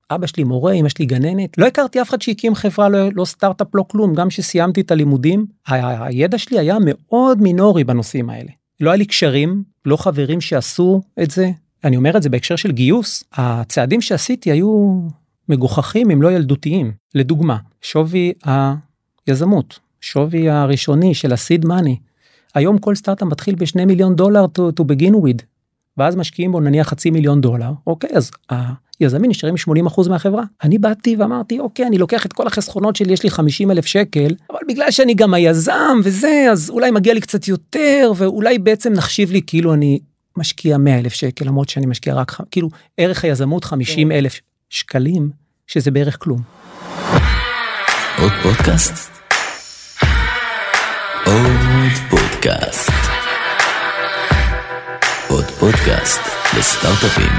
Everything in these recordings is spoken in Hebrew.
אבא שלי מורה, אמא שלי גננת, לא הכרתי אף אחד שהקים חברה, לא סטארט-אפ, לא כלום, גם שסיימתי את הלימודים, הידע שלי היה מאוד מינורי בנושאים האלה. לא היה לי קשרים, לא חברים שעשו את זה, אני אומר את זה בהקשר של גיוס, הצעדים שעשיתי היו מגוחכים אם לא ילדותיים. לדוגמה, שווי היזמות, שווי הראשוני של הסיד מאני, היום כל סטארט-אפ מתחיל ב$2 מיליון to begin with, ואז משקיעים בו נניח $500,000, אוקיי, אז היזמים נשארים 80% מהחברה. אני באתי ואמרתי, אוקיי, אני לוקח את כל החסכונות שלי, יש לי 50,000 שקל, אבל בגלל שאני גם היזם וזה, אז אולי מגיע לי קצת יותר, ואולי בעצם נחשיב לי כאילו אני משקיע 100,000 שקל, למרות שאני משקיע רק, כאילו ערך היזמות 50,000 שקלים, שזה בערך כלום. עוד פודקאסט? עוד פודקאסט. עוד פודקאסט לסטארט-אפים.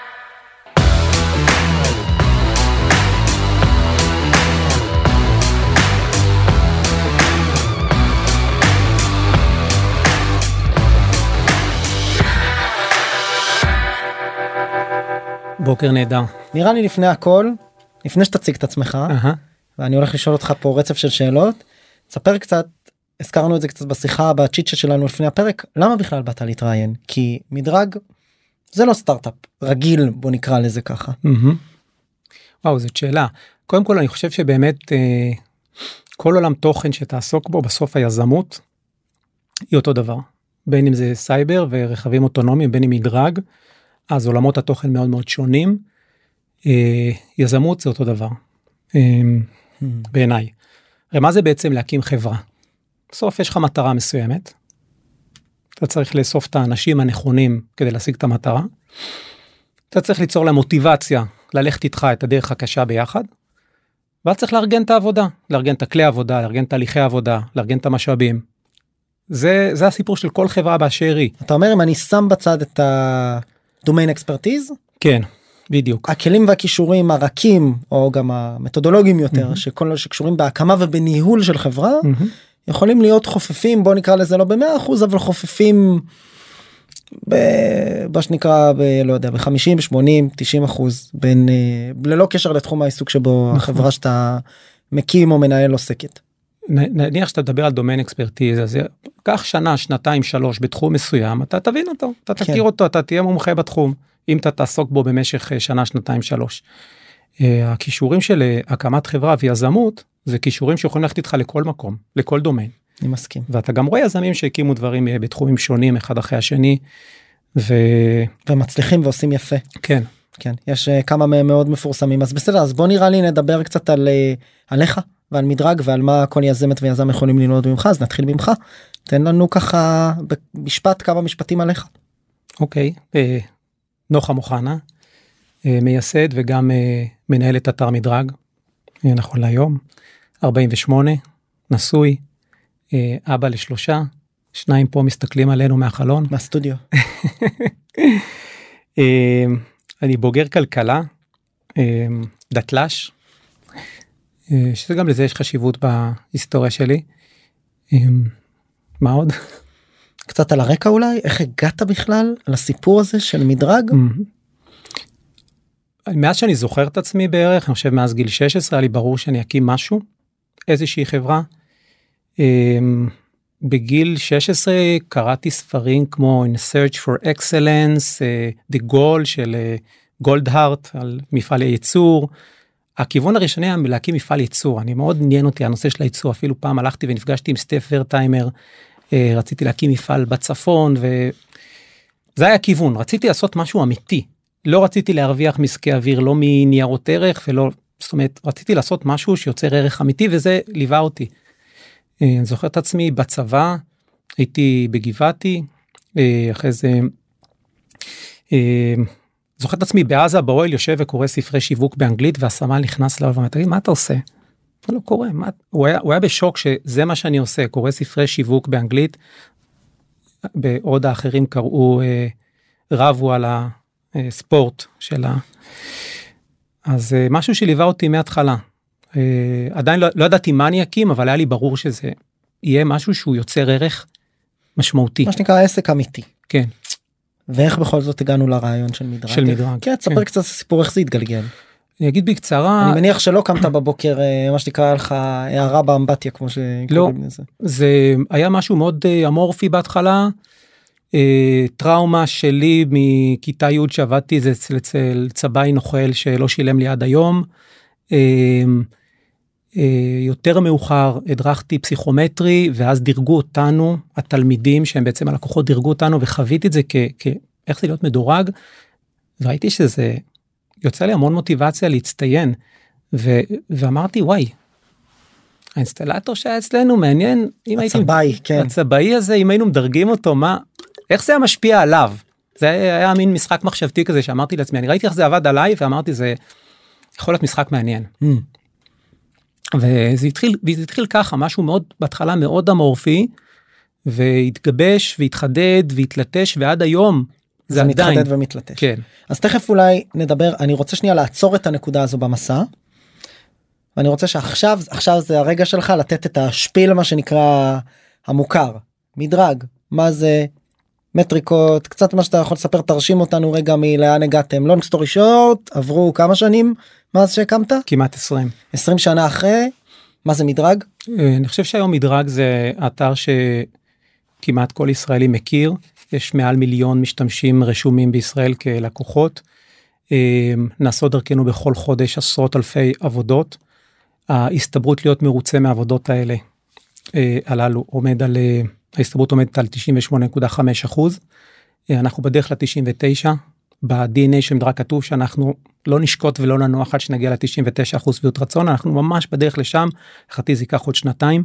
בוקר נהדר. נראה לי לפני הכל, לפני שתציג את עצמך, ואני הולך לשאול אותך פה רצף של שאלות, תספר קצת, הזכרנו את זה קצת בשיחה, בצ'יטשה שלנו לפני הפרק, למה בכלל באת להתראיין? כי מדרג זה לא סטארט-אפ רגיל, בוא נקרא לזה ככה. וואו, זאת שאלה. קודם כל אני חושב שבאמת כל עולם תוכן שתעסוק בו, בסוף היזמות, היא אותו דבר. בין אם זה סייבר ורכבים אוטונומיים, בין אם מדרג, אז עולמות התוכן מאוד מאוד שונים. יזמות זה אותו דבר. בעיניי. הרי מה זה בעצם להקים חברה? בסוף יש לך מטרה מסוימת. אתה צריך לאסוף את האנשים הנכונים כדי להשיג את המטרה. אתה צריך ליצור לה מוטיבציה, ללכת איתך את הדרך הקשה ביחד. ואז צריך לארגן את העבודה, לארגן את הכלי העבודה, לארגן את תהליכי העבודה, לארגן את המשאבים. זה הסיפור של כל חברה באשר היא. אתה אומר, אם אני שם בצד את הדומיין אקספרטיז? כן, בדיוק. הכלים והכישורים הרכים, או גם המתודולוגיים יותר, שקשורים בהקמה ובניהול של חברה, יכולים להיות חופפים, בוא נקרא לזה לא ב100%, אבל חופפים מה שנקרא, לא יודע, ב50, ב80, 90%, ללא קשר לתחום העיסוק שבו החברה שאתה מקים או מנהל עוסקת. נניח שאתה מדבר על דומיין אקספרטיז, אז קח שנה, שנתיים, 3 בתחום מסוים, אתה תבין אותו, אתה תכיר אותו, אתה תהיה מומחה בתחום, אם אתה תעסוק בו במשך שנה, שנתיים, 3. הכישורים של הקמת חברה ויזמות, זה כישורים שיכולים ללכת איתך לכל מקום, לכל דומיין. אני מסכים. ואתה גם רואה יזמים שהקימו דברים בתחומים שונים, אחד אחרי השני, ומצליחים ועושים יפה. כן. כן, יש כמה מהם מאוד מפורסמים, אז בסדר, אז בוא נראה לי נדבר קצת עליך, ועל מדרג, ועל מה כל יזמת ויזם יכולים ללמוד ממך, אז נתחיל ממך. תן לנו ככה במשפט, כמה משפטים עליך. אוקיי, נוחם אוחנה, מייסד וגם מנהל את אתר מדרג, נכון להיום, 48, נשוי, אבא ל3, 2 פה מסתכלים עלינו מהחלון. מהסטודיו. אני בוגר כלכלה, דתל"ש, שזה גם לזה יש חשיבות בהיסטוריה שלי. מה עוד? קצת על הרקע אולי, איך הגעת בכלל לסיפור הזה של מדרג? מאז שאני זוכר את עצמי בערך, אני חושב מאז גיל 16, היה לי ברור שאני אקים משהו, איזושהי חברה. בגיל 16 קראתי ספרים כמו In Search for Excellence, The Goal של גולדהארט, על מפעל הייצור. הכיוון הראשוני היה להקים מפעל ייצור, אני מאוד עניין אותי הנושא של הייצור, אפילו פעם הלכתי ונפגשתי עם סטף ורטהיימר, רציתי להקים מפעל בצפון, וזה היה הכיוון, רציתי לעשות משהו אמיתי, לא רציתי להרוויח מסקי אוויר, לא מניירות ערך, ולא, זאת אומרת, רציתי לעשות משהו שיוצר ערך אמיתי, וזה ליווה אותי. אני זוכר את עצמי בצבא, הייתי בגבעתי, אחרי זה, זוכר את עצמי בעזה, באוהל יושב וקורא ספרי שיווק באנגלית, והסמל נכנס אליו ואומר, תגיד, מה אתה עושה? מה לא קורה? הוא היה בשוק שזה מה שאני עושה, קורא ספרי שיווק באנגלית, בעוד האחרים קראו, רבו על הספורט שלה. אז משהו שליווה אותי מההתחלה. עדיין לא ידעתי מה אני אקים, אבל היה לי ברור שזה יהיה משהו שהוא יוצר ערך משמעותי. מה שנקרא עסק אמיתי. כן. ואיך בכל זאת הגענו לרעיון של מדרג? של מדרג. כן, תספר קצת סיפור איך זה התגלגל. אני אגיד בקצרה. אני מניח שלא קמת בבוקר, מה שנקרא לך, הערה באמבטיה, כמו שקוראים לזה. זה היה משהו מאוד אמורפי בהתחלה, טראומה שלי מכיתה י' שעבדתי, זה אצל צבאי נוכל שלא שילם לי עד היום, יותר מאוחר הדרכתי פסיכומטרי, ואז דירגו אותנו, התלמידים שהם בעצם הלקוחות דירגו אותנו, וחוויתי את זה איך זה להיות מדורג, וראיתי שזה יוצא לי המון מוטיבציה להצטיין, ואמרתי וואי, האינסטלטור שהיה אצלנו מעניין, הצבאי, כן. הצבאי הזה, אם היינו מדרגים אותו, איך זה היה משפיע עליו? זה היה מין משחק מחשבתי כזה, שאמרתי לעצמי, אני ראיתי איך זה עבד עליי, ואמרתי זה יכול להיות משחק מעניין. וזה התחיל ככה, משהו מאוד, בהתחלה מאוד אמורפי, והתגבש, והתחדד, והתלטש, ועד היום, זה מתחדד ומתלטש. כן. אז תכף אולי נדבר, אני רוצה שנייה לעצור את הנקודה הזו במסע, ואני רוצה עכשיו זה הרגע שלך לתת את השפיל, מה שנקרא המוכר, מדרג, מה זה, מטריקות, קצת מה שאתה יכול לספר, תרשים אותנו רגע מלאן הגעתם, long story short, עברו כמה שנים, מאז שהקמת? כמעט 20. 20 שנה אחרי, מה זה מדרג? אני חושב שהיום מדרג זה אתר שכמעט כל ישראלי מכיר, יש מעל 1,000,000 משתמשים רשומים בישראל כלקוחות, נעשות דרכנו בכל חודש עשרות אלפי עבודות, ההסתברות להיות מרוצה מהעבודות האלה, הללו עומד על, ההסתברות עומדת על 98.5%, אנחנו בדרך ל-99%, ב-DNA של מדרג כתוב שאנחנו לא נשקוט ולא ננוח עד שנגיע ל-99% שביעות רצון, אנחנו ממש בדרך לשם, חצי זה ייקח עוד 2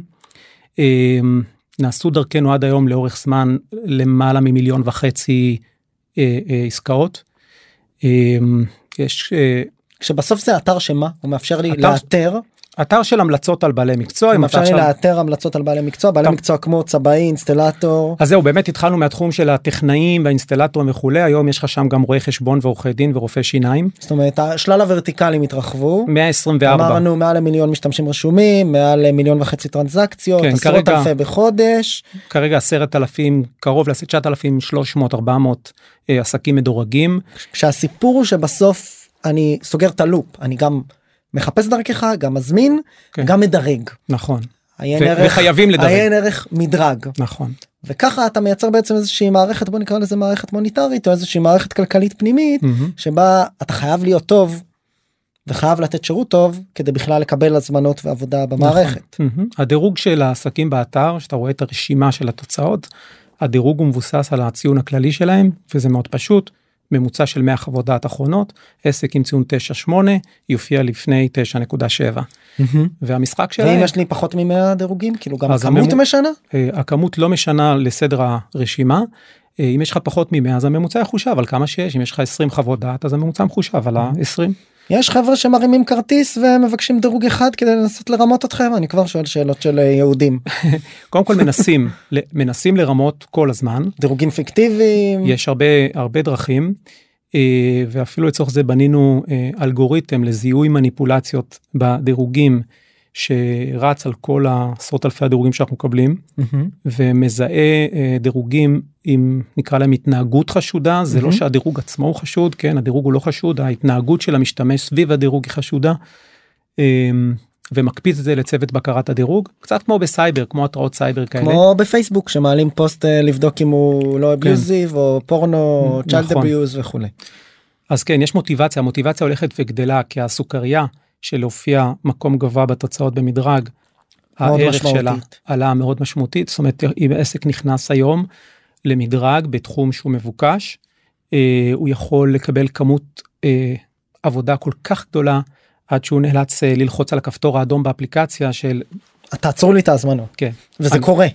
נעשו דרכנו עד היום לאורך זמן למעלה מ1.5 מיליון עסקאות. כשבסוף זה אתר שמה? הוא מאפשר לי לאתר? אתר של המלצות על בעלי מקצוע. הוא מאפשר לי לאתר המלצות על בעלי מקצוע, בעלי מקצוע כמו צבאי, אינסטלטור. אז זהו, באמת התחלנו מהתחום של הטכנאים והאינסטלטורים וכולי, היום יש לך שם גם רואי חשבון ועורכי דין ורופאי שיניים. זאת אומרת, השלל הוורטיקלים התרחבו. 124. אמרנו מעל 1,000,000 משתמשים רשומים, מעל 1.5 מיליון טרנזקציות, כן, עשרות אלפי בחודש. כרגע 10,000, קרוב ל-9,300-400 עסקים מדורגים. כשהסיפור הוא שבסוף אני סוגר את הלופ, אני גם מחפש דרכך, גם מזמין, כן. גם מדרג. נכון. וחייבים לדרג. עיין ערך מדרג. נכון. וככה אתה מייצר בעצם איזושהי מערכת, בוא נקרא לזה מערכת מוניטרית, או איזושהי מערכת כלכלית פנימית, שבה אתה חייב להיות טוב, וחייב לתת שירות טוב, כדי בכלל לקבל הזמנות ועבודה במערכת. נכון. הדירוג של העסקים באתר, שאתה רואה את הרשימה של התוצאות, הדירוג הוא מבוסס על הציון הכללי שלהם, וזה מאוד פשוט, ממוצע של 100 חוות דעת אחרונות, עסק עם ציון 9.8, יופיע לפני 9.7. והמשחק שלהם... ואם יש לי פחות מ100 דירוגים, כאילו גם הכמות משנה? הכמות לא משנה לסדר הרשימה, אם יש לך פחות מ100, אז הממוצע יחושב על כמה שיש, אם יש לך 20 חוות דעת, אז הממוצע מחושב על ה-20. יש חבר'ה שמרימים כרטיס ומבקשים דירוג אחד כדי לנסות לרמות אתכם, אני כבר שואל שאלות של יהודים. קודם כל מנסים לרמות כל הזמן. דירוגים פיקטיביים. יש הרבה דרכים, ואפילו לצורך זה בנינו אלגוריתם לזיהוי מניפולציות בדירוגים, שרץ על כל עשרות אלפי הדירוגים שאנחנו מקבלים, ומזהה דירוגים עם, נקרא להם, התנהגות חשודה, זה לא שהדירוג עצמו הוא חשוד, כן, הדירוג הוא לא חשוד, ההתנהגות של המשתמש סביב הדירוג היא חשודה, ומקפיץ את זה לצוות בקרת הדירוג, קצת כמו בסייבר, כמו התראות סייבר כאלה. כמו בפייסבוק, שמעלים פוסט לבדוק אם הוא לא אביוזיב, או פורנו, או צ'יילד אביוז וכו'. אז כן, יש מוטיבציה, המוטיבציה הולכת וגדלה, כי הסוכריה של להופיע מקום גבוה בתוצאות במדרג, הערך שלה עלה מאוד משמעותית, זאת אומרת, אם עסק נכנס היום למדרג בתחום שהוא מבוקש, הוא יכול לקבל כמות עבודה כל כך גדולה, עד שהוא נאלץ ללחוץ על הכפתור האדום באפליקציה של... תעצרו לי את הזמנות. כן. וזה קורה.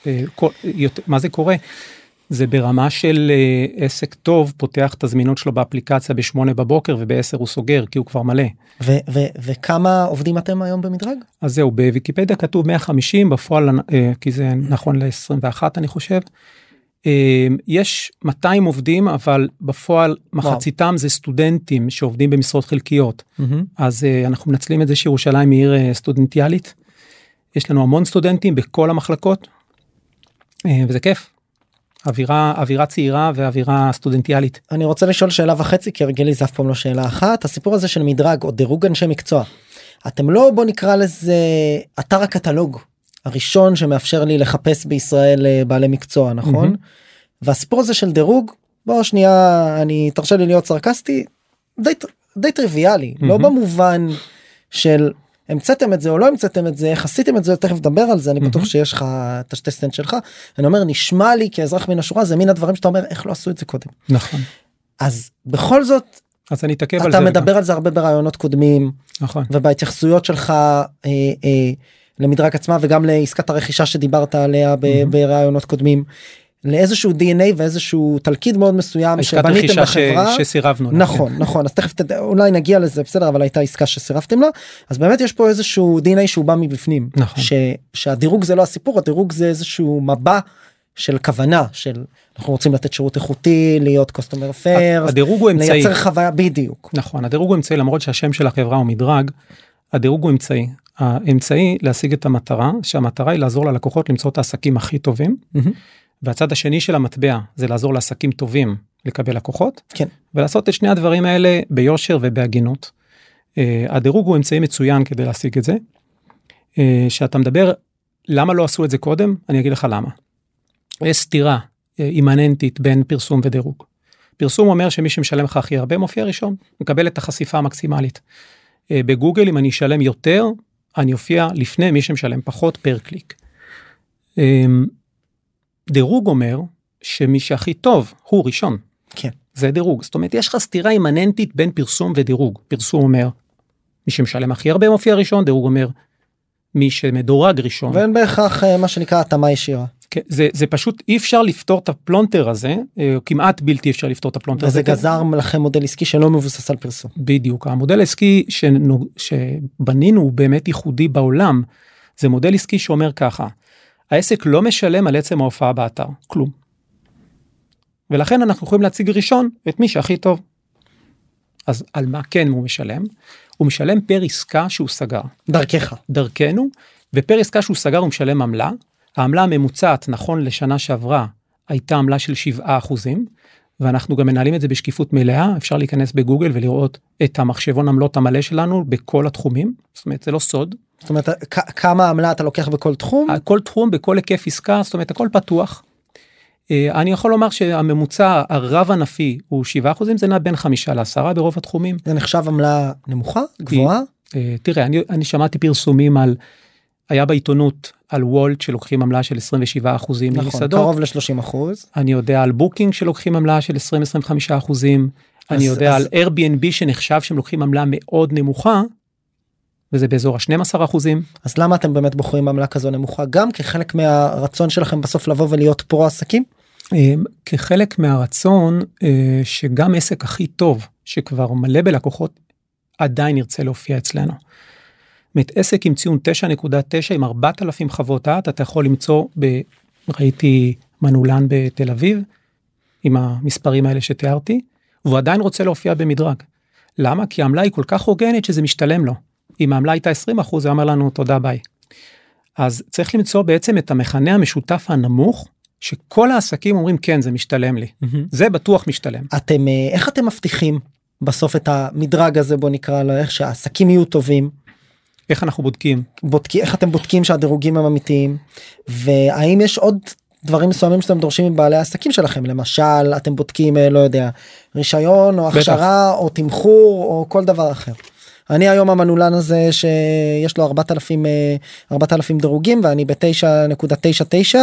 מה זה קורה? זה ברמה של עסק טוב, פותח את הזמינות שלו באפליקציה ב8 בבוקר, וב10 הוא סוגר, כי הוא כבר מלא. וכמה עובדים אתם היום במדרג? אז זהו, בוויקיפדיה כתוב 150, בפועל, כי זה נכון ל-21 אני חושב. יש 200 עובדים, אבל בפועל מחציתם זה סטודנטים שעובדים במשרות חלקיות. אז אנחנו מנצלים את זה שירושלים היא עיר סטודנטיאלית. יש לנו המון סטודנטים בכל המחלקות, וזה כיף. אווירה צעירה ואווירה סטודנטיאלית. אני רוצה לשאול שאלה וחצי, כי הרגלי זה אף פעם לא שאלה אחת. הסיפור הזה של מדרג או דירוג אנשי מקצוע, אתם לא, בוא נקרא לזה אתר הקטלוג הראשון שמאפשר לי לחפש בישראל בעלי מקצוע, נכון? והסיפור הזה של דירוג, בוא שנייה, תרשה לי להיות סרקסטי, די טריוויאלי, לא במובן של המצאתם את זה או לא המצאתם את זה, איך עשיתם את זה, תכף נדבר על זה, אני בטוח שיש לך את השתי סטנט שלך, אני אומר, נשמע לי כאזרח מן השורה, זה מין הדברים שאתה אומר, איך לא עשו את זה קודם. נכון. אז בכל זאת, אז אני אתעכב על אתה זה. מדבר על זה הרבה ברעיונות קודמים, נכון. ובהתייחסויות שלך למדרג עצמה, וגם לעסקת הרכישה שדיברת עליה ברעיונות קודמים, לאיזשהו DNA ואיזשהו תלכיד מאוד מסוים שבניתם בחברה. שסירבנו. נכון, אז תכף אולי נגיע לזה, בסדר, אבל הייתה עסקה שסירבתם לה, אז באמת יש פה איזשהו DNA שהוא בא מבפנים. נכון. שהדירוג זה לא הסיפור, הדירוג זה איזשהו מבע של כוונה, של אנחנו רוצים לתת שירות איכותי, להיות customer first, הדירוג הוא אמצעי. לייצר חוויה בדיוק. נכון, הדירוג הוא אמצעי, למרות שהשם של החברה הוא מדרג, הדירוג הוא אמצעי. האמצעי להשיג את המטרה, שהמטרה היא לעזור ללקוחות למצוא את העסקים הכי טובים, והצד השני של המטבע זה לעזור לעסקים טובים לקבל לקוחות, כן. ולעשות את שני הדברים האלה ביושר ובהגינות. הדירוג הוא אמצעי מצוין כדי להשיג את זה. שאתה מדבר, למה לא עשו את זה קודם? אני אגיד לך למה. יש סתירה אימננטית בין פרסום ודירוג. פרסום אומר שמי שמשלם לך הכי הרבה מופיע ראשון, מקבל את החשיפה המקסימלית. בגוגל אם אני אשלם יותר, אני אופיע לפני מי שמשלם פחות פר קליק. דירוג אומר שמי שהכי טוב הוא ראשון. כן. זה דירוג. זאת אומרת, יש לך סתירה אימננטית בין פרסום ודירוג. פרסום אומר, מי שמשלם הכי הרבה מופיע ראשון, דירוג אומר, מי שמדורג ראשון. ואין בהכרח מה שנקרא התאמה ישירה. כן, זה פשוט אי אפשר לפתור את הפלונטר הזה, כמעט בלתי אפשר לפתור את הפלונטר הזה. וזה גזר לכם מודל עסקי שלא מבוסס על פרסום. בדיוק. המודל העסקי שבנינו הוא באמת ייחודי בעולם, זה מודל עסקי שאומר ככה, העסק לא משלם על עצם ההופעה באתר, כלום. ולכן אנחנו יכולים להציג ראשון את מי שהכי טוב. אז על מה כן הוא משלם? הוא משלם פר עסקה שהוא סגר. דרכך. דרכנו, ופר עסקה שהוא סגר הוא משלם עמלה. העמלה הממוצעת, נכון לשנה שעברה, הייתה עמלה של 7%, ואנחנו גם מנהלים את זה בשקיפות מלאה, אפשר להיכנס בגוגל ולראות את המחשבון עמלות המלא שלנו בכל התחומים, זאת אומרת, זה לא סוד. זאת אומרת, כמה עמלה אתה לוקח בכל תחום? כל תחום, בכל היקף עסקה, זאת אומרת, הכל פתוח. אני יכול לומר שהממוצע הרב ענפי הוא 7%, זה נע בין 5-10 ברוב התחומים. זה נחשב עמלה נמוכה, גבוהה? תראה, אני שמעתי פרסומים על, היה בעיתונות על וולט שלוקחים עמלה של 27% ממסעדות. נכון, קרוב ל-30%. אני יודע על בוקינג שלוקחים עמלה של 20-25%. אני יודע על Airbnb שנחשב שהם לוקחים עמלה מאוד נמוכה, וזה באזור ה-12%. אז למה אתם באמת בוחרים עמלה כזו נמוכה? גם כחלק מהרצון שלכם בסוף לבוא ולהיות פרו עסקים? כחלק מהרצון שגם עסק הכי טוב, שכבר מלא בלקוחות, עדיין ירצה להופיע אצלנו. עסק עם ציון 9.9 עם 4,000 חוות דעת, אתה יכול למצוא, ראיתי מנעולן בתל אביב, עם המספרים האלה שתיארתי, והוא עדיין רוצה להופיע במדרג. למה? כי העמלה היא כל כך הוגנת שזה משתלם לו. אם העמלה הייתה 20%, זה אומר לנו תודה ביי. אז צריך למצוא בעצם את המכנה המשותף הנמוך, שכל העסקים אומרים כן, זה משתלם לי. זה בטוח משתלם. איך אתם מבטיחים בסוף את המדרג הזה, בוא נקרא לו, איך שהעסקים יהיו טובים? איך אנחנו בודקים? איך אתם בודקים שהדירוגים הם אמיתיים? והאם יש עוד דברים מסוימים שאתם דורשים מבעלי העסקים שלכם? למשל, אתם בודקים, לא יודע, רישיון או הכשרה או תמחור או כל דבר אחר. אני היום המנעולן הזה שיש לו 4,000 דירוגים ואני ב-9.99.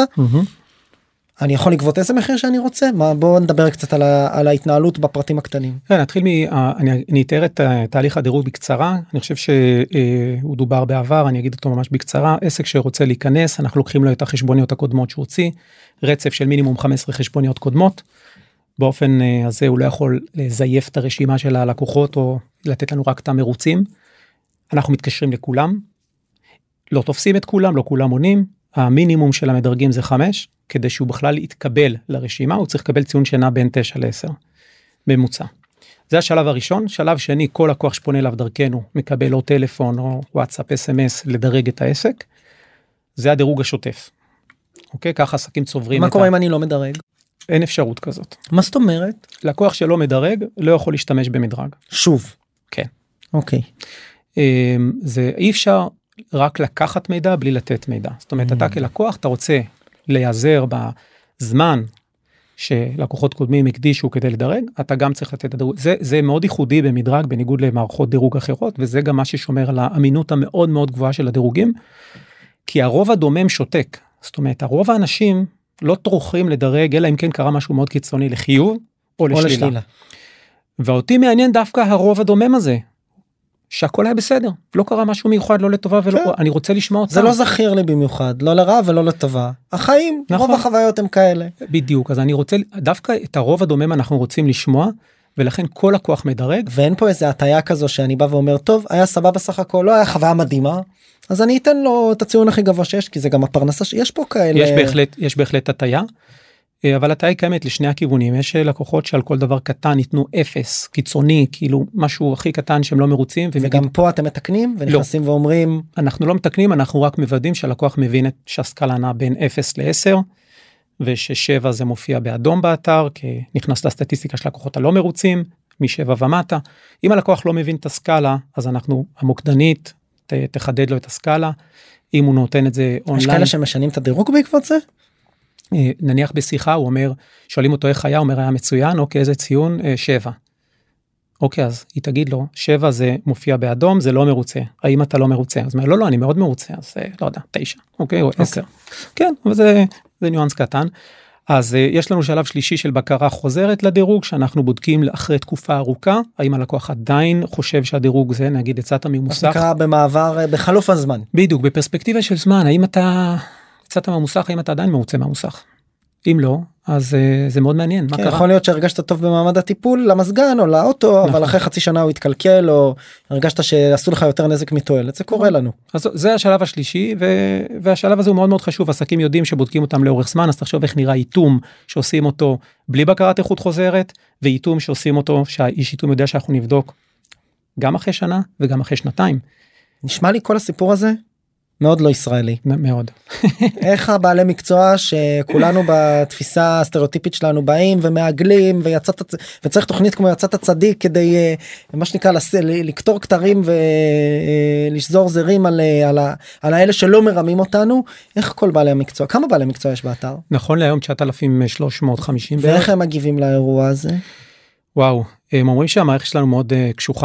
אני יכול לגבות איזה מחיר שאני רוצה? בואו נדבר קצת על ההתנהלות בפרטים הקטנים. נתחיל אני אתאר את תהליך הדירוג בקצרה, אני חושב שהוא דובר בעבר, אני אגיד אותו ממש בקצרה, עסק שרוצה להיכנס, אנחנו לוקחים לו את החשבוניות הקודמות שהוא הוציא, רצף של מינימום 15 חשבוניות קודמות, באופן הזה הוא לא יכול לזייף את הרשימה של הלקוחות, או לתת לנו רק את המרוצים, אנחנו מתקשרים לכולם, לא תופסים את כולם, לא כולם עונים, המינימום של המדרגים זה 5, כדי שהוא בכלל יתקבל לרשימה, הוא צריך לקבל ציון שנע בין 9-10, בממוצע. זה השלב הראשון. שלב שני, כל לקוח שפונה אליו דרכנו, מקבל או טלפון או וואטסאפ, SMS, לדרג את העסק. זה הדירוג השוטף. אוקיי? ככה עסקים צוברים. מה קורה אם אני לא מדרג? אין אפשרות כזאת. מה זאת אומרת? לקוח שלא מדרג לא יכול להשתמש במדרג. שוב. כן. אוקיי. זה אי אפשר רק לקחת מידע בלי לתת מידע. זאת אומרת, אתה כלקוח, אתה רוצה להיעזר בזמן שלקוחות קודמים הקדישו כדי לדרג, אתה גם צריך לתת את הדירוג. זה מאוד ייחודי במדרג, בניגוד למערכות דירוג אחרות, וזה גם מה ששומר על האמינות המאוד מאוד גבוהה של הדירוגים, כי הרוב הדומם שותק. זאת אומרת, הרוב האנשים לא טורחים לדרג, אלא אם כן קרה משהו מאוד קיצוני לחיוב או לשלילה. ואותי מעניין דווקא הרוב הדומם הזה, שהכל היה בסדר, לא קרה משהו מיוחד, לא לטובה ולא, אני רוצה לשמוע אותם. זה לא זכיר לי במיוחד, לא לרע ולא לטובה. החיים, רוב החוויות הם כאלה. בדיוק, אז אני רוצה, דווקא את הרוב הדומם אנחנו רוצים לשמוע, ולכן כל לקוח מדרג. ואין פה איזה הטיה כזו שאני בא ואומר, טוב, היה סבבה סך הכל, לא היה חוויה מדהימה, אז אני אתן לו את הציון הכי גבוה שיש, כי זה גם הפרנסה שיש פה כאלה. יש בהחלט הטיה, אבל הטיה היא קיימת לשני הכיוונים. יש לקוחות שעל כל דבר קטן ייתנו 0, קיצוני, כאילו משהו הכי קטן שהם לא מרוצים. וגם פה אתם מתקנים ונכנסים ואומרים? אנחנו לא מתקנים, אנחנו רק מוודאים שהלקוח מבין שהסקאלה נעה בין 0 ל-10, וש7 זה מופיע באדום באתר, כי נכנס לסטטיסטיקה של לקוחות הלא מרוצים, מ7 ומטה. אם הלקוח לא מבין את הסקאלה, אז אנחנו, המוקדנית, תחדד לו את הסקאלה. אם הוא נותן את זה אונליין. יש כאלה שמשנים את הדירוג בעקבות זה? נניח בשיחה, הוא אומר, שואלים אותו איך היה, הוא אומר, היה מצוין, אוקיי, איזה ציון? 7. אוקיי, אז היא תגיד לו, 7 זה מופיע באדום, זה לא מרוצה. האם אתה לא מרוצה? אז אומר, לא, אני מאוד מרוצה, אז לא יודע, 9, אוקיי, או 10. כן, וזה ניואנס קטן. אז יש לנו שלב שלישי של בקרה חוזרת לדירוג, שאנחנו בודקים אחרי תקופה ארוכה, האם הלקוח עדיין חושב שהדירוג זה, נגיד, יצאת ממוסך. נקרא במעבר, בחלוף הזמן. בדיוק, בפרספקטיבה של זמן, האם אתה יצאת מהמוסך, האם אתה עדיין מרוצה מהמוסך? אם לא, אז זה מאוד מעניין. מה קרה? יכול להיות שהרגשת טוב במעמד הטיפול למסגן או לאוטו, אבל אחרי חצי שנה הוא התקלקל, או הרגשת שעשו לך יותר נזק מתועלת. זה קורה לנו. אז זה השלב השלישי, והשלב הזה הוא מאוד מאוד חשוב. עסקים יודעים שבודקים אותם לאורך זמן, אז תחשוב איך נראה איתום שעושים אותו בלי בקרת איכות חוזרת, ואיתום שעושים אותו, שהאיש איתום יודע שאנחנו נבדוק גם אחרי שנה וגם אחרי שנתיים. נשמע לי כל הסיפור הזה מאוד לא ישראלי. מאוד. איך הבעלי מקצוע שכולנו בתפיסה הסטריאוטיפית שלנו באים ומעגלים וצריך תוכנית כמו יצאת הצדיק כדי מה שנקרא לקטור כתרים ולשזור זרים על האלה שלא מרמים אותנו. איך כל בעלי המקצוע, כמה בעלי מקצוע יש באתר? נכון להיום 9,350. ואיך הם מגיבים לאירוע הזה? וואו, הם אומרים שהמערכת שלנו מאוד קשוחה.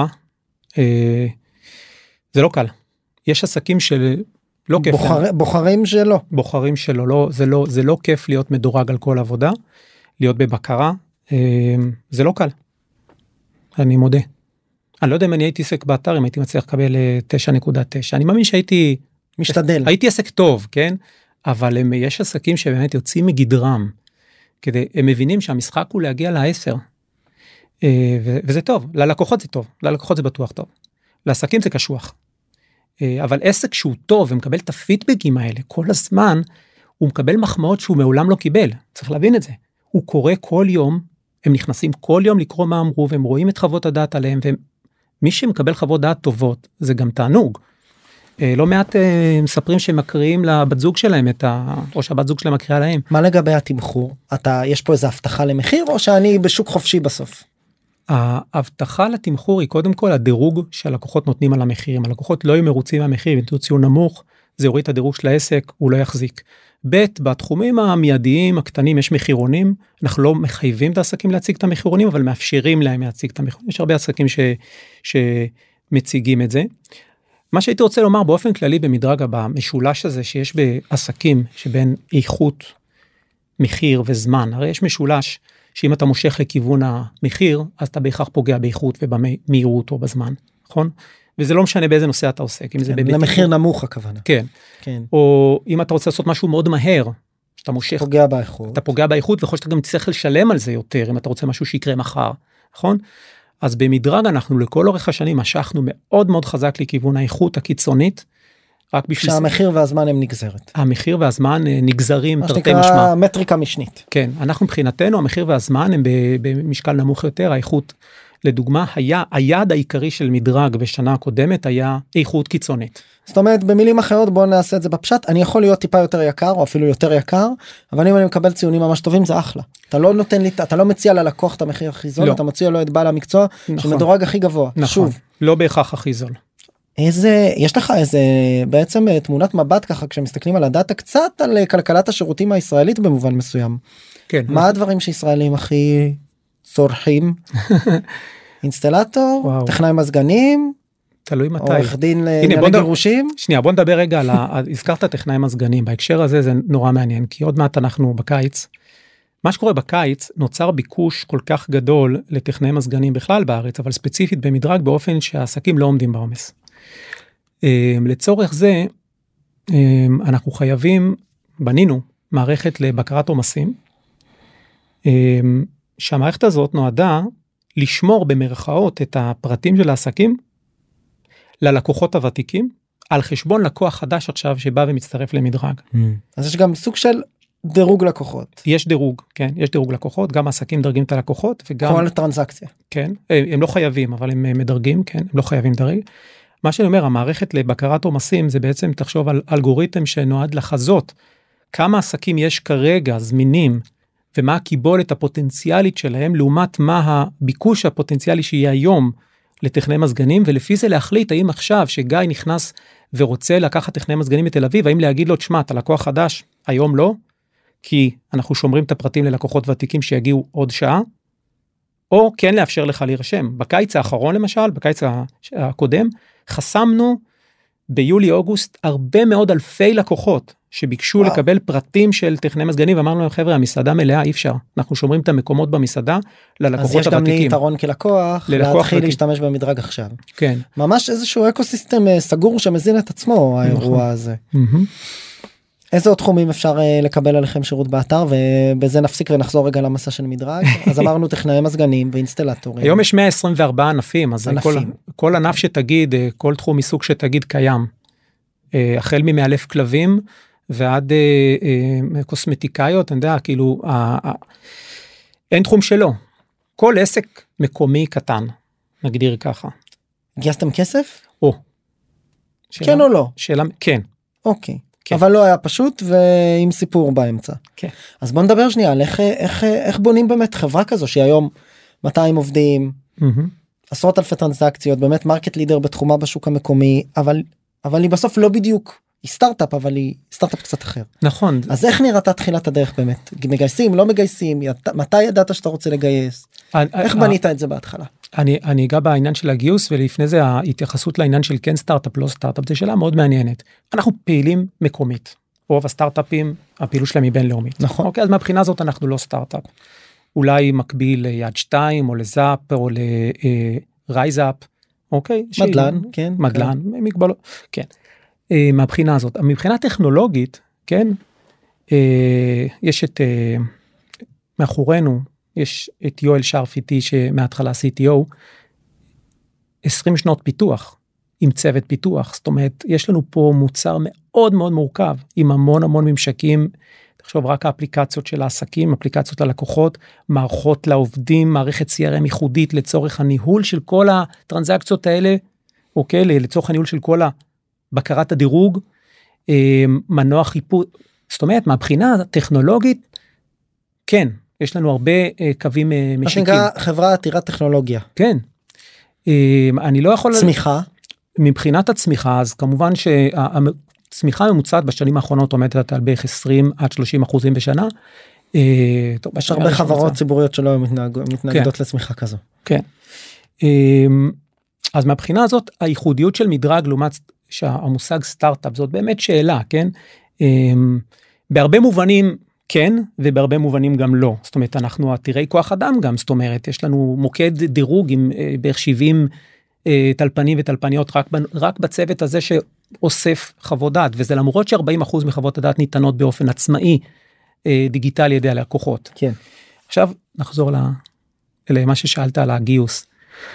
זה לא קל. יש עסקים של לא כיף. בוחרים שלא. בוחרים שלא, לא, זה לא כיף להיות מדורג על כל עבודה, להיות בבקרה, זה לא קל. אני מודה. אני לא יודע אם אני הייתי עסק באתר, אם הייתי מצליח לקבל 9.9. אני מאמין שהייתי משתדל. הייתי עסק טוב, כן? אבל יש עסקים שבאמת יוצאים מגדרם, הם מבינים שהמשחק הוא להגיע ל10. וזה טוב, ללקוחות זה טוב, ללקוחות זה בטוח טוב. לעסקים זה קשוח. אבל עסק שהוא טוב ומקבל את הפידבקים האלה כל הזמן, הוא מקבל מחמאות שהוא מעולם לא קיבל. צריך להבין את זה. הוא קורא כל יום, הם נכנסים כל יום לקרוא מה אמרו, והם רואים את חוות הדעת עליהם, ומי שמקבל חוות דעת טובות, זה גם תענוג. לא מעט מספרים שמקריאים לבת זוג שלהם, או שהבת זוג שלהם מקריאה להם. מה לגבי התמחור? יש פה איזו הבטחה למחיר, או שאני בשוק חופשי בסוף? ההבטחה לתמחור היא קודם כל הדירוג שהלקוחות נותנים על המחירים. הלקוחות לא יהיו מרוצים מהמחיר, אם ציון נמוך, זה יוריד את הדירוג של העסק, הוא לא יחזיק. בתחומים המיידיים, הקטנים, יש מחירונים, אנחנו לא מחייבים את העסקים להציג את המחירונים, אבל מאפשרים להם להציג את המחירונים. יש הרבה עסקים שמציגים את זה. מה שהייתי רוצה לומר באופן כללי במדרג הבא, משולש הזה שיש בעסקים שבין איכות, מחיר וזמן, הרי יש משולש שאם אתה מושך לכיוון המחיר, אז אתה בהכרח פוגע באיכות ובמהירות או בזמן, נכון? וזה לא משנה באיזה נושא אתה עוסק. אם זה למחיר נמוך הכוונה. כן. או אם אתה רוצה לעשות משהו מאוד מהר, שאתה מושך. פוגע באיכות. אתה פוגע באיכות, ויכול שאתה גם צריך לשלם על זה יותר, אם אתה רוצה משהו שיקרה מחר, נכון? אז במדרג אנחנו לכל אורך השנים משכנו מאוד מאוד חזק לכיוון האיכות הקיצונית, רק בשביל... שהמחיר והזמן הם נגזרת. המחיר והזמן נגזרים, מה שנקרא מטריקה משנית. כן, אנחנו מבחינתנו, המחיר והזמן הם במשקל נמוך יותר, האיכות לדוגמה, היעד העיקרי של מדרג בשנה הקודמת היה איכות קיצונית. זאת אומרת, במילים אחרות, בואו נעשה את זה בפשט, אני יכול להיות טיפה יותר יקר, או אפילו יותר יקר, אבל אם אני מקבל ציונים ממש טובים, זה אחלה. אתה לא נותן לי, אתה לא מציע ללקוח את המחיר הכי זול, אתה מציע לו את בעל המקצוע, שמדורג הכי גבוה. נכון, שוב. לא בהכרח הכי זול. יש לך איזה בעצם תמונת מבט ככה, כשמסתכלים על הדאטה, קצת על כלכלת השירותים הישראלית במובן מסוים. כן. מה הדברים שישראלים הכי צורכים? אינסטלטור, טכנאי מזגנים, תלוי מתי. עורך דין לענייני גירושים. שנייה, בוא נדבר רגע על הזכרת טכנאי מזגנים, בהקשר הזה זה נורא מעניין, כי עוד מעט אנחנו בקיץ, מה שקורה בקיץ, נוצר ביקוש כל כך גדול לטכנאי מזגנים בכלל בארץ, אבל ספציפית במדרג באופן שהעסקים לא עומדים בעומס. לצורך זה, אנחנו חייבים, בנינו מערכת לבקרת עומסים, שהמערכת הזאת נועדה לשמור במרכאות את הפרטים של העסקים, ללקוחות הוותיקים, על חשבון לקוח חדש עכשיו שבא ומצטרף למדרג. אז יש גם סוג של דירוג לקוחות. יש דירוג, כן, יש דירוג לקוחות, גם העסקים מדרגים את הלקוחות, וגם... כל טרנזקציה. כן, הם לא חייבים, אבל הם מדרגים, כן, הם לא חייבים לדרג. מה שאני אומר, המערכת לבקרת עומסים, זה בעצם תחשוב על אלגוריתם שנועד לחזות, כמה עסקים יש כרגע זמינים, ומה הקיבולת הפוטנציאלית שלהם, לעומת מה הביקוש הפוטנציאלי שיהיה היום, לטכנאי מזגנים, ולפי זה להחליט האם עכשיו שגיא נכנס ורוצה לקחת טכנאי מזגנים מתל אביב, האם להגיד לו, תשמע, אתה לקוח חדש, היום לא, כי אנחנו שומרים את הפרטים ללקוחות ותיקים שיגיעו עוד שעה, או כן לאפשר לך להירשם. בקיץ האחרון למשל, בקיץ הקודם, חסמנו ביולי-אוגוסט הרבה מאוד אלפי לקוחות, שביקשו לקבל פרטים של טכנאי מזגנים, ואמרנו להם, חבר'ה, המסעדה מלאה, אי אפשר. אנחנו שומרים את המקומות במסעדה ללקוחות הוותיקים. אז יש גם לי יתרון כלקוח, להתחיל להשתמש במדרג עכשיו. כן. ממש איזשהו אקוסיסטם סגור שמזין את עצמו, האירוע הזה. איזה עוד תחומים אפשר לקבל עליכם שירות באתר, ובזה נפסיק ונחזור רגע למסע של מדרג. אז אמרנו טכנאי מזגנים ואינסטלטורים. היום יש 124 ענפים, אז כל ענף שתגיד, כל תחום עיסוק שתגיד קיים. החל ממאלף כלבים, ועד קוסמטיקאיות, אני יודע, כאילו, אין תחום שלו. כל עסק מקומי קטן, נגדיר ככה. גייסתם כסף? או. כן או לא? שאלה, כן. אוקיי. אבל לא היה פשוט, ועם סיפור באמצע. כן. אז בוא נדבר שנייה, על איך בונים באמת חברה כזו, שהיא היום 200 עובדים, עשרות אלפי טרנזקציות, באמת מרקט לידר בתחומה בשוק המקומי, אבל היא בסוף לא בדיוק, היא סטארט-אפ, אבל היא סטארט-אפ קצת אחר. נכון. אז איך נראתה תחילת הדרך באמת? מגייסים, לא מגייסים, מתי ידעת שאתה רוצה לגייס? איך בנית את זה בהתחלה? אני אגע בעניין של הגיוס, ולפני זה ההתייחסות לעניין של כן סטארט-אפ, לא סטארט-אפ, זו שאלה מאוד מעניינת. אנחנו פעילים מקומית. רוב הסטארט-אפים, הפעילות שלהם היא בינלאומית. נכון. אוקיי, אז מהבחינה הזאת אנחנו לא סטארט-אפ. אולי מקביל ליד 2, או לזאפ, או לרייזאפ, אוקיי? מדלן, כן. מדלן, מגבלות, כן. מהבחינה הזאת. מבחינה טכנולוגית, כן, יש את, מאחורינו, יש את יואל שרף איתי, שמההתחלה CTO, 20 שנות פיתוח, עם צוות פיתוח, זאת אומרת, יש לנו פה מוצר מאוד מאוד מורכב, עם המון המון ממשקים, תחשוב רק האפליקציות של העסקים, אפליקציות ללקוחות, מערכות לעובדים, מערכת CRM ייחודית לצורך הניהול של כל הטרנזקציות האלה, אוקיי, לצורך הניהול של כל בקרת הדירוג, מנוע חיפוש, זאת אומרת, מהבחינה הטכנולוגית, כן, יש לנו הרבה קווים משיקים. מה שנקרא חברה עתירת טכנולוגיה. כן. אני לא יכול... צמיחה. מבחינת הצמיחה, אז כמובן שהצמיחה הממוצעת בשנים האחרונות עומדת על בערך 20-30% בשנה. יש הרבה חברות ציבוריות שלא מתנגדות לצמיחה כזו. כן. אז מהבחינה הזאת, הייחודיות של מדרג לעומת שהמושג סטארט-אפ, זאת באמת שאלה, כן? בהרבה מובנים כן, ובהרבה מובנים גם לא. זאת אומרת, אנחנו עתירי כוח אדם גם, זאת אומרת, יש לנו מוקד דירוג עם בערך 70 טלפנים וטלפניות רק בצוות הזה שאוסף חוות דעת, וזה למרות ש40% מחוות הדעת ניתנות באופן עצמאי, דיגיטלי ידי הלקוחות. כן. עכשיו נחזור למה ששאלת על הגיוס.